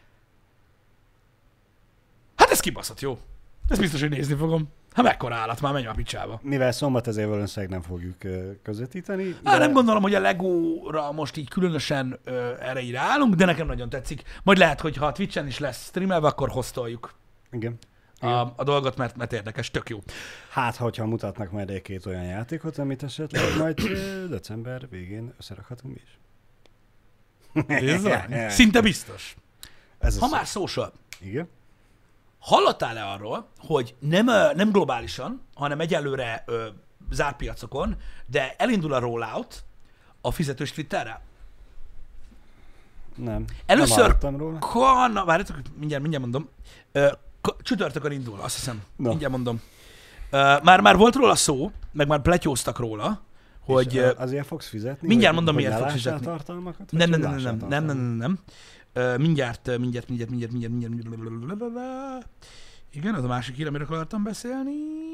Speaker 2: Hát ez kibaszott jó. Ez biztos, hogy nézni fogom. Hát mekkora állat, már menj a picsába.
Speaker 1: Mivel szombat, ezért valószínűleg nem fogjuk közvetíteni.
Speaker 2: Hát nem gondolom, hogy a Legóra most így különösen erre így ráállunk, de nekem nagyon tetszik. Majd lehet, hogy ha a Twitchen is lesz streamelve, akkor hoztoljuk
Speaker 1: Igen.
Speaker 2: a dolgot, mert érdekes, tök jó.
Speaker 1: Hát, hogyha mutatnak majd egy-két olyan játékot, amit esetleg majd december végén összerakhatunk mi is.
Speaker 2: Bizony. Szinte biztos.
Speaker 1: Ez
Speaker 2: Ha
Speaker 1: a
Speaker 2: már social.
Speaker 1: Igen.
Speaker 2: Hallottál-e arról, hogy nem globálisan, hanem egyelőre zárt piacokon, de elindul a rollout a fizetős Twitterre?
Speaker 1: Nem.
Speaker 2: Először
Speaker 1: Nem hallottam róla.
Speaker 2: várjátok, mindjárt mondom. Csütörtökön indul, azt hiszem.
Speaker 1: No.
Speaker 2: Mindjárt mondom. Már volt róla szó, meg már pletyóztak róla, hogy...
Speaker 1: És azért fogsz fizetni?
Speaker 2: Mindjárt
Speaker 1: hogy,
Speaker 2: mondom,
Speaker 1: hogy
Speaker 2: miért
Speaker 1: ne
Speaker 2: fogsz
Speaker 1: lássál
Speaker 2: fizetni.
Speaker 1: tartalmakat?
Speaker 2: Nem. Mindjárt. Igen, az a másik hír, amiről akartam beszélni.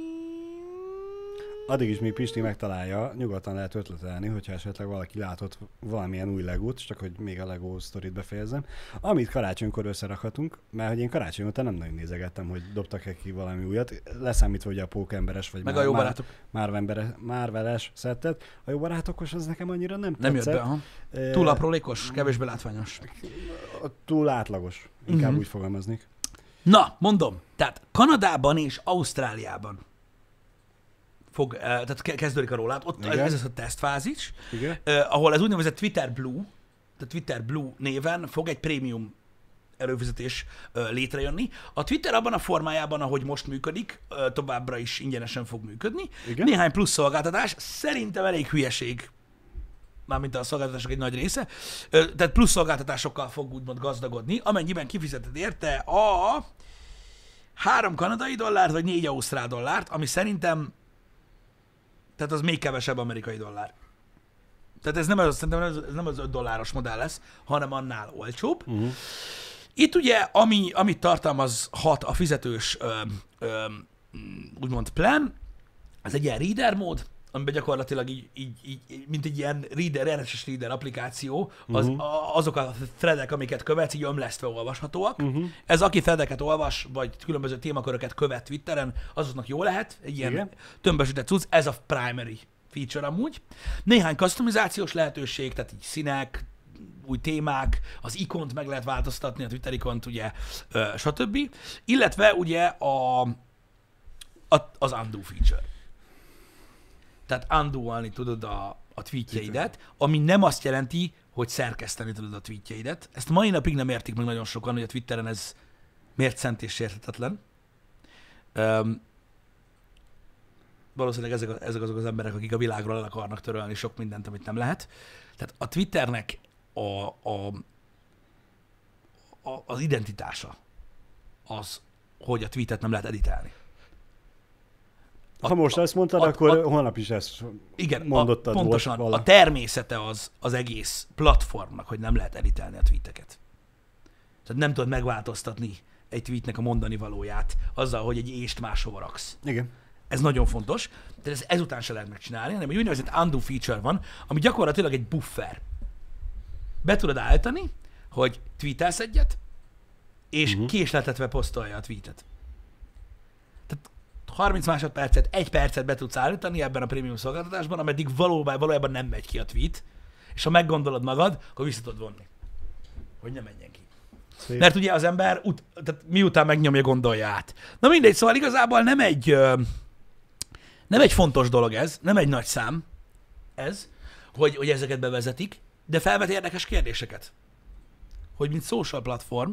Speaker 1: Addig is, míg Pisti megtalálja, nyugodtan lehet ötletelni, hogyha esetleg valaki látott valamilyen új Legót, csak hogy még a Lego sztorit befejezzem, amit karácsonykor összerakhatunk, mert hogy én karácsony után nem nagyon nézegettem, hogy dobtak-e ki valami újat, leszámítva, hogy a pókemberes vagy
Speaker 2: Meg a jó barátok.
Speaker 1: Marveles szettet. A jó barátokos az nekem annyira nem
Speaker 2: Nem jött
Speaker 1: tetszett.
Speaker 2: be, aha. Túl aprólékos, kevésbé látványos.
Speaker 1: Túl átlagos, inkább úgy fogalmaznék.
Speaker 2: Na, mondom, tehát Kanadában és Ausztráliában tehát kezdődik a rollout, ott
Speaker 1: Igen.
Speaker 2: ez az a tesztfázis,
Speaker 1: Igen.
Speaker 2: ahol ez úgynevezett Twitter Blue, tehát Twitter Blue néven fog egy prémium előfizetés létrejönni. A Twitter abban a formájában, ahogy most működik, továbbra is ingyenesen fog működni.
Speaker 1: Igen.
Speaker 2: Néhány plusz szolgáltatás, szerintem elég hülyeség, mármint a szolgáltatások egy nagy része, tehát plusz szolgáltatásokkal fog úgymond gazdagodni, amennyiben kifizeted érte a 3 kanadai dollárt, vagy 4 ausztrál dollárt, ami szerintem, tehát az még kevesebb amerikai dollár. Tehát ez szerintem ez nem az 5 dolláros modell lesz, hanem annál olcsóbb. Uh-huh. Itt ugye, amit tartalmazhat a fizetős úgymond plan, ez egy ilyen reader mód, amiben gyakorlatilag így mint egy ilyen RSS reader applikáció, azok a threadek, amiket követsz, így ömlesztve olvashatóak. Ez aki threadeket olvas, vagy különböző témaköröket követ Twitteren, azoknak jó lehet, egy ilyen tömbösített cucc, ez a primary feature amúgy. Néhány customizációs lehetőség, tehát így színek, új témák, az ikont meg lehet változtatni, a Twitter ikont, ugye, stb. Illetve ugye az undo feature. Tehát undo-olni tudod a tweetjeidet, ami nem azt jelenti, hogy szerkeszteni tudod a tweetjeidet. Ezt mai napig nem értik meg nagyon sokan, hogy a Twitteren ez miért szent és sérthetetlen. Valószínűleg ezek azok az emberek, akik a világról el akarnak törölni sok mindent, amit nem lehet. Tehát a Twitternek az identitása az, hogy a tweetet nem lehet editálni.
Speaker 1: Ha most ezt mondtad, akkor holnap is ezt mondottad.
Speaker 2: Pontosan. A természete az egész platformnak, hogy nem lehet editálni a tweeteket. Tehát nem tudod megváltoztatni egy tweetnek a mondani valóját azzal, hogy egy ést máshova raksz.
Speaker 1: Igen.
Speaker 2: Ez nagyon fontos, tehát ezután se lehet megcsinálni, hanem egy úgynevezett undo feature van, ami gyakorlatilag egy buffer. Be tudod állítani, hogy tweetelsz egyet, és késleltetve posztolja a tweetet. Tehát 30 másodpercet, 1 percet be tudsz állítani ebben a prémium szolgáltatásban, ameddig valójában nem megy ki a tweet, és ha meggondolod magad, akkor vissza tudod vonni, hogy ne menjen ki. Szép. Mert ugye az ember tehát miután megnyomja, gondolja át. Na mindegy, szóval igazából nem egy fontos dolog ez, nem egy nagy szám ez, hogy ezeket bevezetik, de felvet érdekes kérdéseket. Hogy mint social platform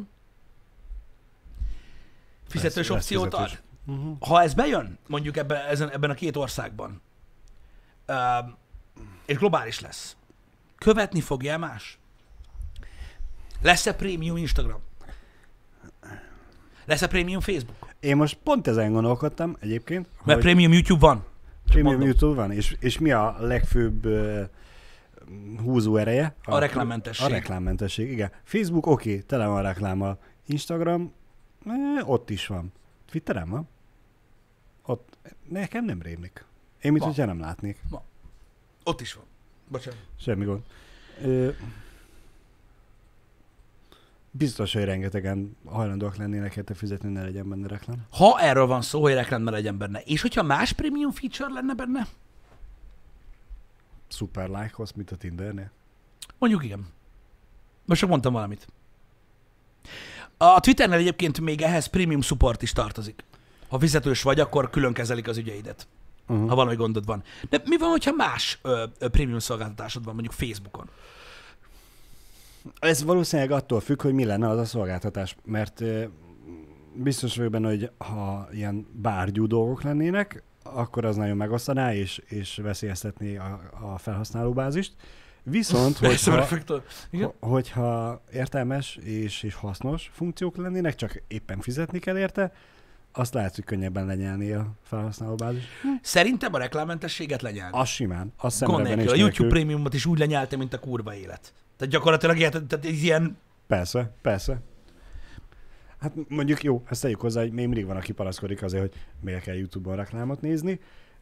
Speaker 2: fizetős opciót ad. Ha ez bejön, mondjuk ebben a 2 országban, és globális lesz, követni fogja más? Lesz-e prémium Instagram? Lesz-e prémium Facebook?
Speaker 1: Én most pont ezen gondolkodtam egyébként.
Speaker 2: Mert prémium YouTube van.
Speaker 1: Prémium YouTube van, és mi a legfőbb húzó ereje?
Speaker 2: A reklámmentesség.
Speaker 1: A reklámmentesség, igen. Facebook oké, tele van reklámmal. Instagram ott is van. Twitteren van? Ott nekem nem rémlik. Én mit, hogyha nem látnék.
Speaker 2: Ma. Ott is van. Bocsánat.
Speaker 1: Semmi gond. Biztos, hogy rengetegen hajlandóak lennének érte fizetni, ne legyen benne reklám.
Speaker 2: Ha erről van szó, hogy reklám ne legyen benne, és hogyha más prémium feature lenne benne?
Speaker 1: Szuper like-hoz, mint a Tindernél.
Speaker 2: Mondjuk igen. Most csak mondtam valamit. A Twitternél egyébként még ehhez premium support is tartozik. Ha fizetős vagy, akkor külön kezelik az ügyeidet. Ha valami gondod van. De mi van, hogyha más prémium szolgáltatásod van, mondjuk Facebookon?
Speaker 1: Ez valószínűleg attól függ, hogy mi lenne az a szolgáltatás, mert biztos vagyok benne, hogy ha ilyen bárgyú dolgok lennének, akkor az nagyon megosztaná és veszélyeztetné a felhasználóbázist. Viszont, hogyha értelmes és hasznos funkciók lennének, csak éppen fizetni kell érte, azt lehet, hogy könnyebben lenyelni a felhasználóbázis.
Speaker 2: Szerintem a reklámmentességet lenyelni.
Speaker 1: Az simán. Az
Speaker 2: gond nélkül. A YouTube Premiumot is úgy lenyelte, mint a kurva élet. Tehát gyakorlatilag ilyen...
Speaker 1: Persze. Hát mondjuk jó, ezt tegyük hozzá, hogy még mindig van, aki panaszkodik azért, hogy miért kell YouTube-on reklámot nézni.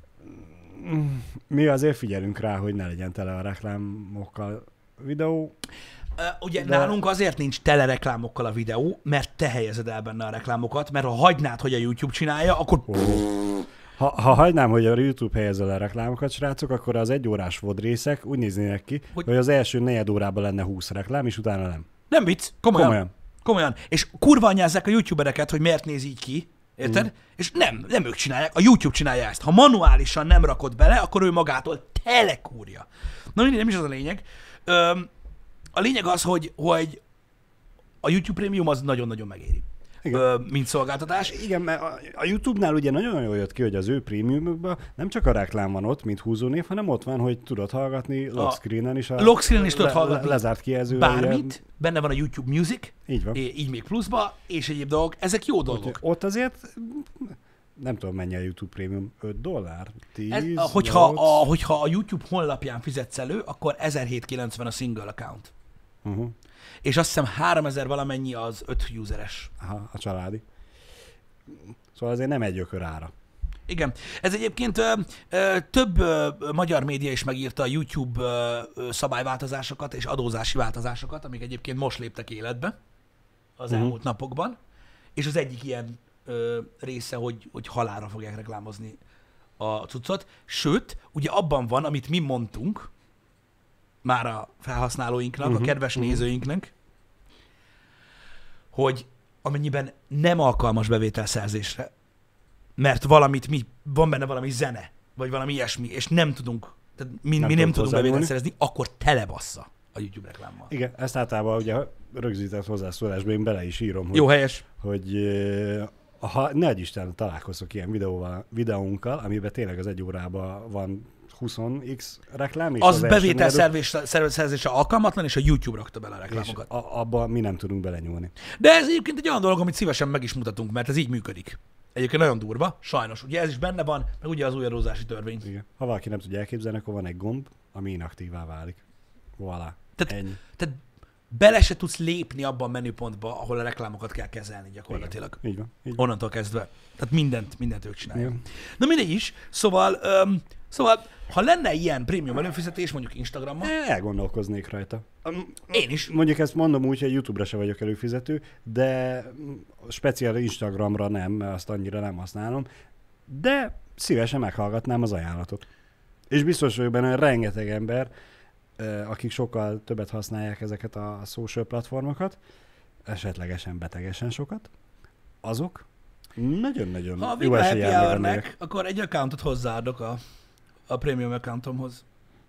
Speaker 1: Mi azért figyelünk rá, hogy ne legyen tele a reklámokkal videó.
Speaker 2: Ugye nálunk azért nincs tele reklámokkal a videó, mert te helyezed el benne a reklámokat, mert ha hagynád, hogy a YouTube csinálja, akkor...
Speaker 1: Ha hagynám, hogy a YouTube helyezzel el reklámokat, srácok, akkor az 1 órás VOD részek úgy néznének ki, hogy az első 4 órában lenne 20 reklám, és utána nem.
Speaker 2: Nem vicc, komolyan. És kurva anyázzák a youtubereket, hogy miért néz így ki, érted? És nem ők csinálják, a YouTube csinálja ezt. Ha manuálisan nem rakod bele, akkor ő magától telekúrja. Na mindegy, nem is az a lényeg. A lényeg az, hogy a YouTube Premium az nagyon-nagyon megéri. Mint szolgáltatás.
Speaker 1: Igen, mert a YouTube-nál ugye nagyon jól jött ki, hogy az ő prémiumokban nem csak a reklám van ott, mint húzónév, hanem ott van, hogy tudod hallgatni lockscreenen is.
Speaker 2: Lockscreenen is tudod hallgatni.
Speaker 1: Lezárt kijelzővel.
Speaker 2: Bármit. Ugye... Benne van a YouTube Music.
Speaker 1: Így van.
Speaker 2: Így még pluszba, és egyéb dolgok. Ezek jó dolgok.
Speaker 1: Ott azért nem tudom, mennyi a YouTube Premium. $5? 10?
Speaker 2: Hogyha a YouTube honlapján fizetsz elő, akkor 1790 a single account. És azt hiszem 3000 valamennyi az 5 useres.
Speaker 1: Aha, a családi. Szóval azért nem egy ökör ára.
Speaker 2: Igen. Ez egyébként több magyar média is megírta a YouTube szabályváltozásokat és adózási változásokat, amik egyébként most léptek életbe az elmúlt napokban. És az egyik ilyen része, hogy halálra fogják reklámozni a cuccot, sőt, ugye abban van, amit mi mondtunk már a felhasználóinknak, a kedves nézőinknek, hogy amennyiben nem alkalmas bevételszerzésre, mert van benne valami zene, vagy valami ilyesmi, és nem tudunk, tehát mi nem tudunk bevételt szerezni, akkor telebassza a YouTube reklámmal.
Speaker 1: Igen, ezt általában ugye rögzített hozzászólásban én bele is írom, hogy,
Speaker 2: jó, helyes.
Speaker 1: hogy ha ne adj Isten találkozok ilyen videónkkal, amiben tényleg az egy órában van 20x reklám. És
Speaker 2: az bevételszerzésre alkalmatlan, és a YouTube rakta bele a reklámokat.
Speaker 1: És abba mi nem tudunk belenyúlni.
Speaker 2: De ez egyébként egy olyan dolog, amit szívesen meg is mutatunk, mert ez így működik. Egyébként nagyon durva, sajnos. Ugye ez is benne van, meg ugye az új adózási törvény.
Speaker 1: Igen. Ha valaki nem tudja elképzelni, akkor van egy gomb, ami inaktívá válik. Voilà. Ennyi.
Speaker 2: Tehát bele se tudsz lépni abban a menüpontba, ahol a reklámokat kell kezelni gyakorlatilag.
Speaker 1: Igen. Így van.
Speaker 2: Onnantól kezdve. Tehát mindent ők csinálják.
Speaker 1: Igen.
Speaker 2: Na mindegy is. Szóval, ha lenne ilyen prémium előfizetés, mondjuk Instagramon.
Speaker 1: Elgondolkoznék rajta.
Speaker 2: Én is.
Speaker 1: Mondjuk ezt mondom úgy, hogy YouTube-ra se vagyok előfizető, de speciál Instagramra nem, mert azt annyira nem használom, de szívesen meghallgatnám az ajánlatot. És biztos vagyok benne, hogy rengeteg ember, akik sokkal többet használják ezeket a social platformokat, esetlegesen betegesen sokat, azok nagyon-nagyon
Speaker 2: ha
Speaker 1: jó eséllyel
Speaker 2: megennék. Akkor egy accountot hozzáadok a premium accountomhoz.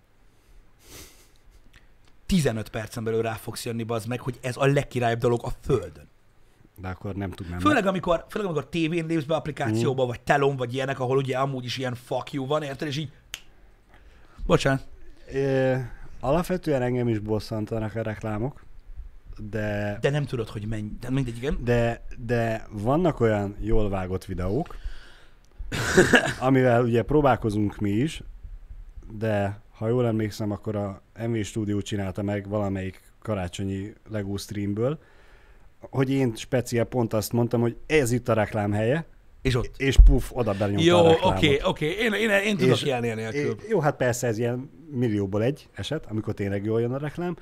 Speaker 2: 15 percen belül rá fogsz jönni, bazd meg, hogy ez a legkirályabb dolog a földön.
Speaker 1: De akkor nem tudnám.
Speaker 2: Főleg amikor tévén lépsz be applikációba, vagy telón, vagy ilyenek, ahol ugye amúgy is ilyen fuck you van, érted? És így... Bocsánat.
Speaker 1: Alapvetően engem is bosszantanak a reklámok, de
Speaker 2: nem tudod, hogy mennyi. De mindegy, igen.
Speaker 1: De vannak olyan jól vágott videók, amivel ugye próbálkozunk mi is, de ha jól emlékszem, akkor a MV Studio csinálta meg valamelyik karácsonyi Lego streamből, hogy én speciál pont azt mondtam, hogy ez itt a reklám helye, és puf, oda benyomta a reklámot.
Speaker 2: Jó, oké. Én tudok jelni nélkül.
Speaker 1: Jó, hát persze ez ilyen millióból egy eset, amikor tényleg jól jön a reklám.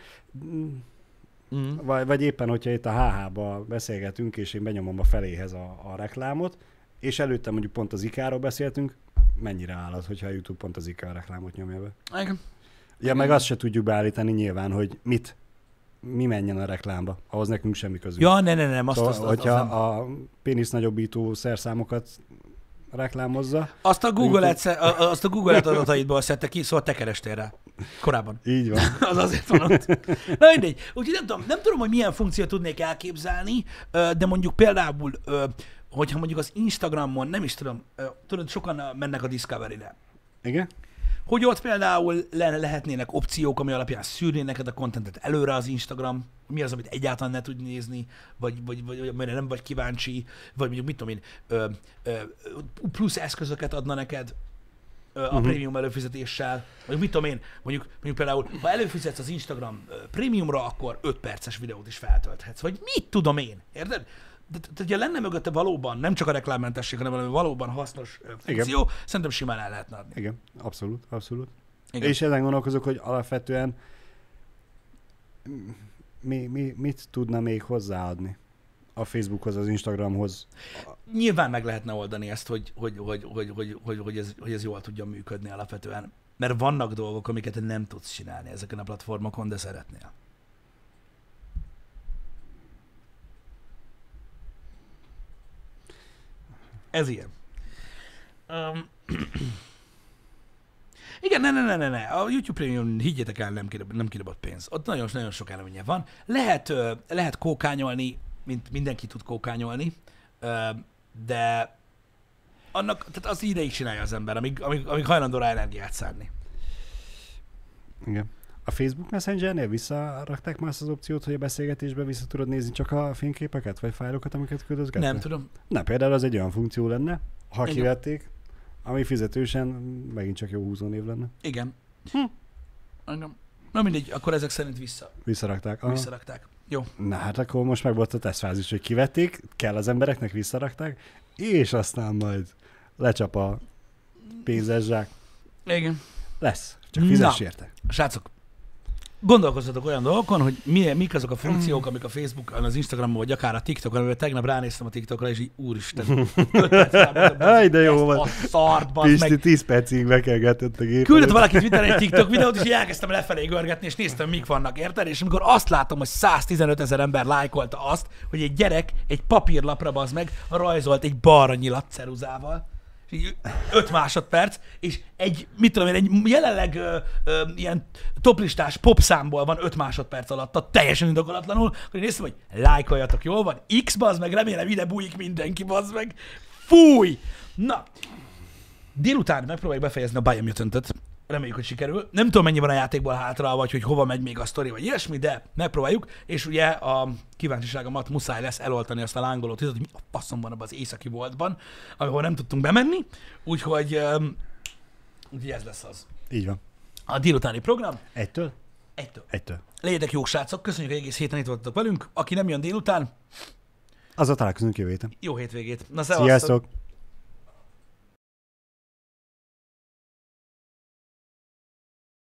Speaker 1: Vagy éppen, hogyha itt a HH-ba beszélgetünk, és én benyomom a feléhez a reklámot, és előtte mondjuk pont az IK-ról beszéltünk, mennyire állat, hogyha a YouTube pont az IK reklámot nyomja be.
Speaker 2: Igen.
Speaker 1: Ja, meg azt se tudjuk beállítani nyilván, hogy mi menjen a reklámba. Ahhoz nekünk semmi közünk.
Speaker 2: Ja, nem.
Speaker 1: Hogyha a pénisz nagyobbító szerszámokat reklámozza.
Speaker 2: Azt a Google adataidból szedte ki, szóval te kerestél rá. Korábban.
Speaker 1: Így van.
Speaker 2: Az azért van ott. Na mindegy. Úgyhogy nem tudom, hogy milyen funkciót tudnék elképzelni, de mondjuk például, hogyha mondjuk az Instagramon, nem is tudom, tudod, sokan mennek a Discovery-re.
Speaker 1: Igen?
Speaker 2: Hogy ott például lehetnének opciók, ami alapján szűrné neked a contentet előre az Instagram, mi az, amit egyáltalán ne tudj nézni, vagy amire nem vagy kíváncsi, vagy mondjuk mit tudom én, plusz eszközöket adna neked a prémium előfizetéssel, vagy mit tudom én, mondjuk például, ha előfizetsz az Instagram prémiumra, akkor 5 perces videót is feltölthetsz, vagy mit tudom én, érted? De ugye lenne mögötte valóban, nem csak a reklámmentesség, hanem valami valóban hasznos funkció, igen. Szerintem simán el lehetne adni.
Speaker 1: Igen, abszolút. Igen. És ezen gondolkozok, hogy alapvetően mit tudna még hozzáadni a Facebookhoz, az Instagramhoz?
Speaker 2: Nyilván meg lehetne oldani ezt, hogy ez jól tudjon működni alapvetően. Mert vannak dolgok, amiket nem tudsz csinálni ezeken a platformokon, de szeretnél. Ez ilyen. Igen, ne. A YouTube Premium, higgyétek el, nem kidobott pénz. Ott nagyon sok előnye van. Lehet kókányolni, mint mindenki tud kókányolni, de tehát az ideig csinálja az ember, amíg hajlandó rá energiát szánni.
Speaker 1: Igen. A Facebook Messengernél visszarakták már azt az opciót, hogy a beszélgetésben vissza tudod nézni csak a fényképeket, vagy fájlokat, amiket küldözgetnek?
Speaker 2: Nem tudom.
Speaker 1: Na, például az egy olyan funkció lenne, ha kivették, ami fizetősen megint csak jó húzónév lenne.
Speaker 2: Igen. Na mindegy, akkor ezek szerint
Speaker 1: visszarakták.
Speaker 2: Visszarakták. Jó.
Speaker 1: Na hát akkor most meg volt a tesztfázis, hogy kivették, kell az embereknek, visszarakták, és aztán majd lecsap a pénzes zsák.
Speaker 2: Igen.
Speaker 1: Lesz. Csak fizess érte.
Speaker 2: Srácok, gondolkozzatok olyan dolgokon, hogy mik azok a funkciók, amik a Facebookon, az Instagramon, vagy akár a TikTokon, amivel tegnap ránéztem a TikTokra, és így úristen, 5 perc
Speaker 1: Aj, de jó van.
Speaker 2: a szart, bazd
Speaker 1: Pisti
Speaker 2: meg.
Speaker 1: 10 percig bekelgetett a gépet.
Speaker 2: Küldött valaki Twitteren egy TikTok videót, és így elkezdtem lefelé görgetni, és néztem, mik vannak, érted? És amikor azt látom, hogy 115 000 ember lájkolta azt, hogy egy gyerek egy papírlapra, bazd meg, rajzolt egy balra nyilat ceruzával, 5 másodperc, és egy, mit tudom én, egy jelenleg ilyen toplistás popszámból van 5 másodperc alatt, teljesen indokolatlanul, akkor én néztem, hogy lájkoljatok, jól van, X, bazd meg, remélem ide bújik mindenki, bazd meg, fúj! Na, délután megpróbáljuk befejezni a Biomutant-öt, reméljük, hogy sikerül. Nem tudom, mennyi van a játékból hátra, vagy hogy hova megy még a sztori, vagy ilyesmi, de megpróbáljuk, és ugye a kíváncsiságomat muszáj lesz eloltani azt a lángoló tüzet, hogy mi a faszom van abban az északi boltban, ahol nem tudtunk bemenni, úgyhogy ez lesz az.
Speaker 1: Így van.
Speaker 2: A délutáni program.
Speaker 1: Egytől?
Speaker 2: Egytől. Legyetek jók, srácok, köszönjük, hogy egész héten itt voltatok velünk. Aki nem jön délután,
Speaker 1: Azzal találkozunk jövő héten.
Speaker 2: jó hétvégét. Na, szevasztok.
Speaker 1: Sziasztok!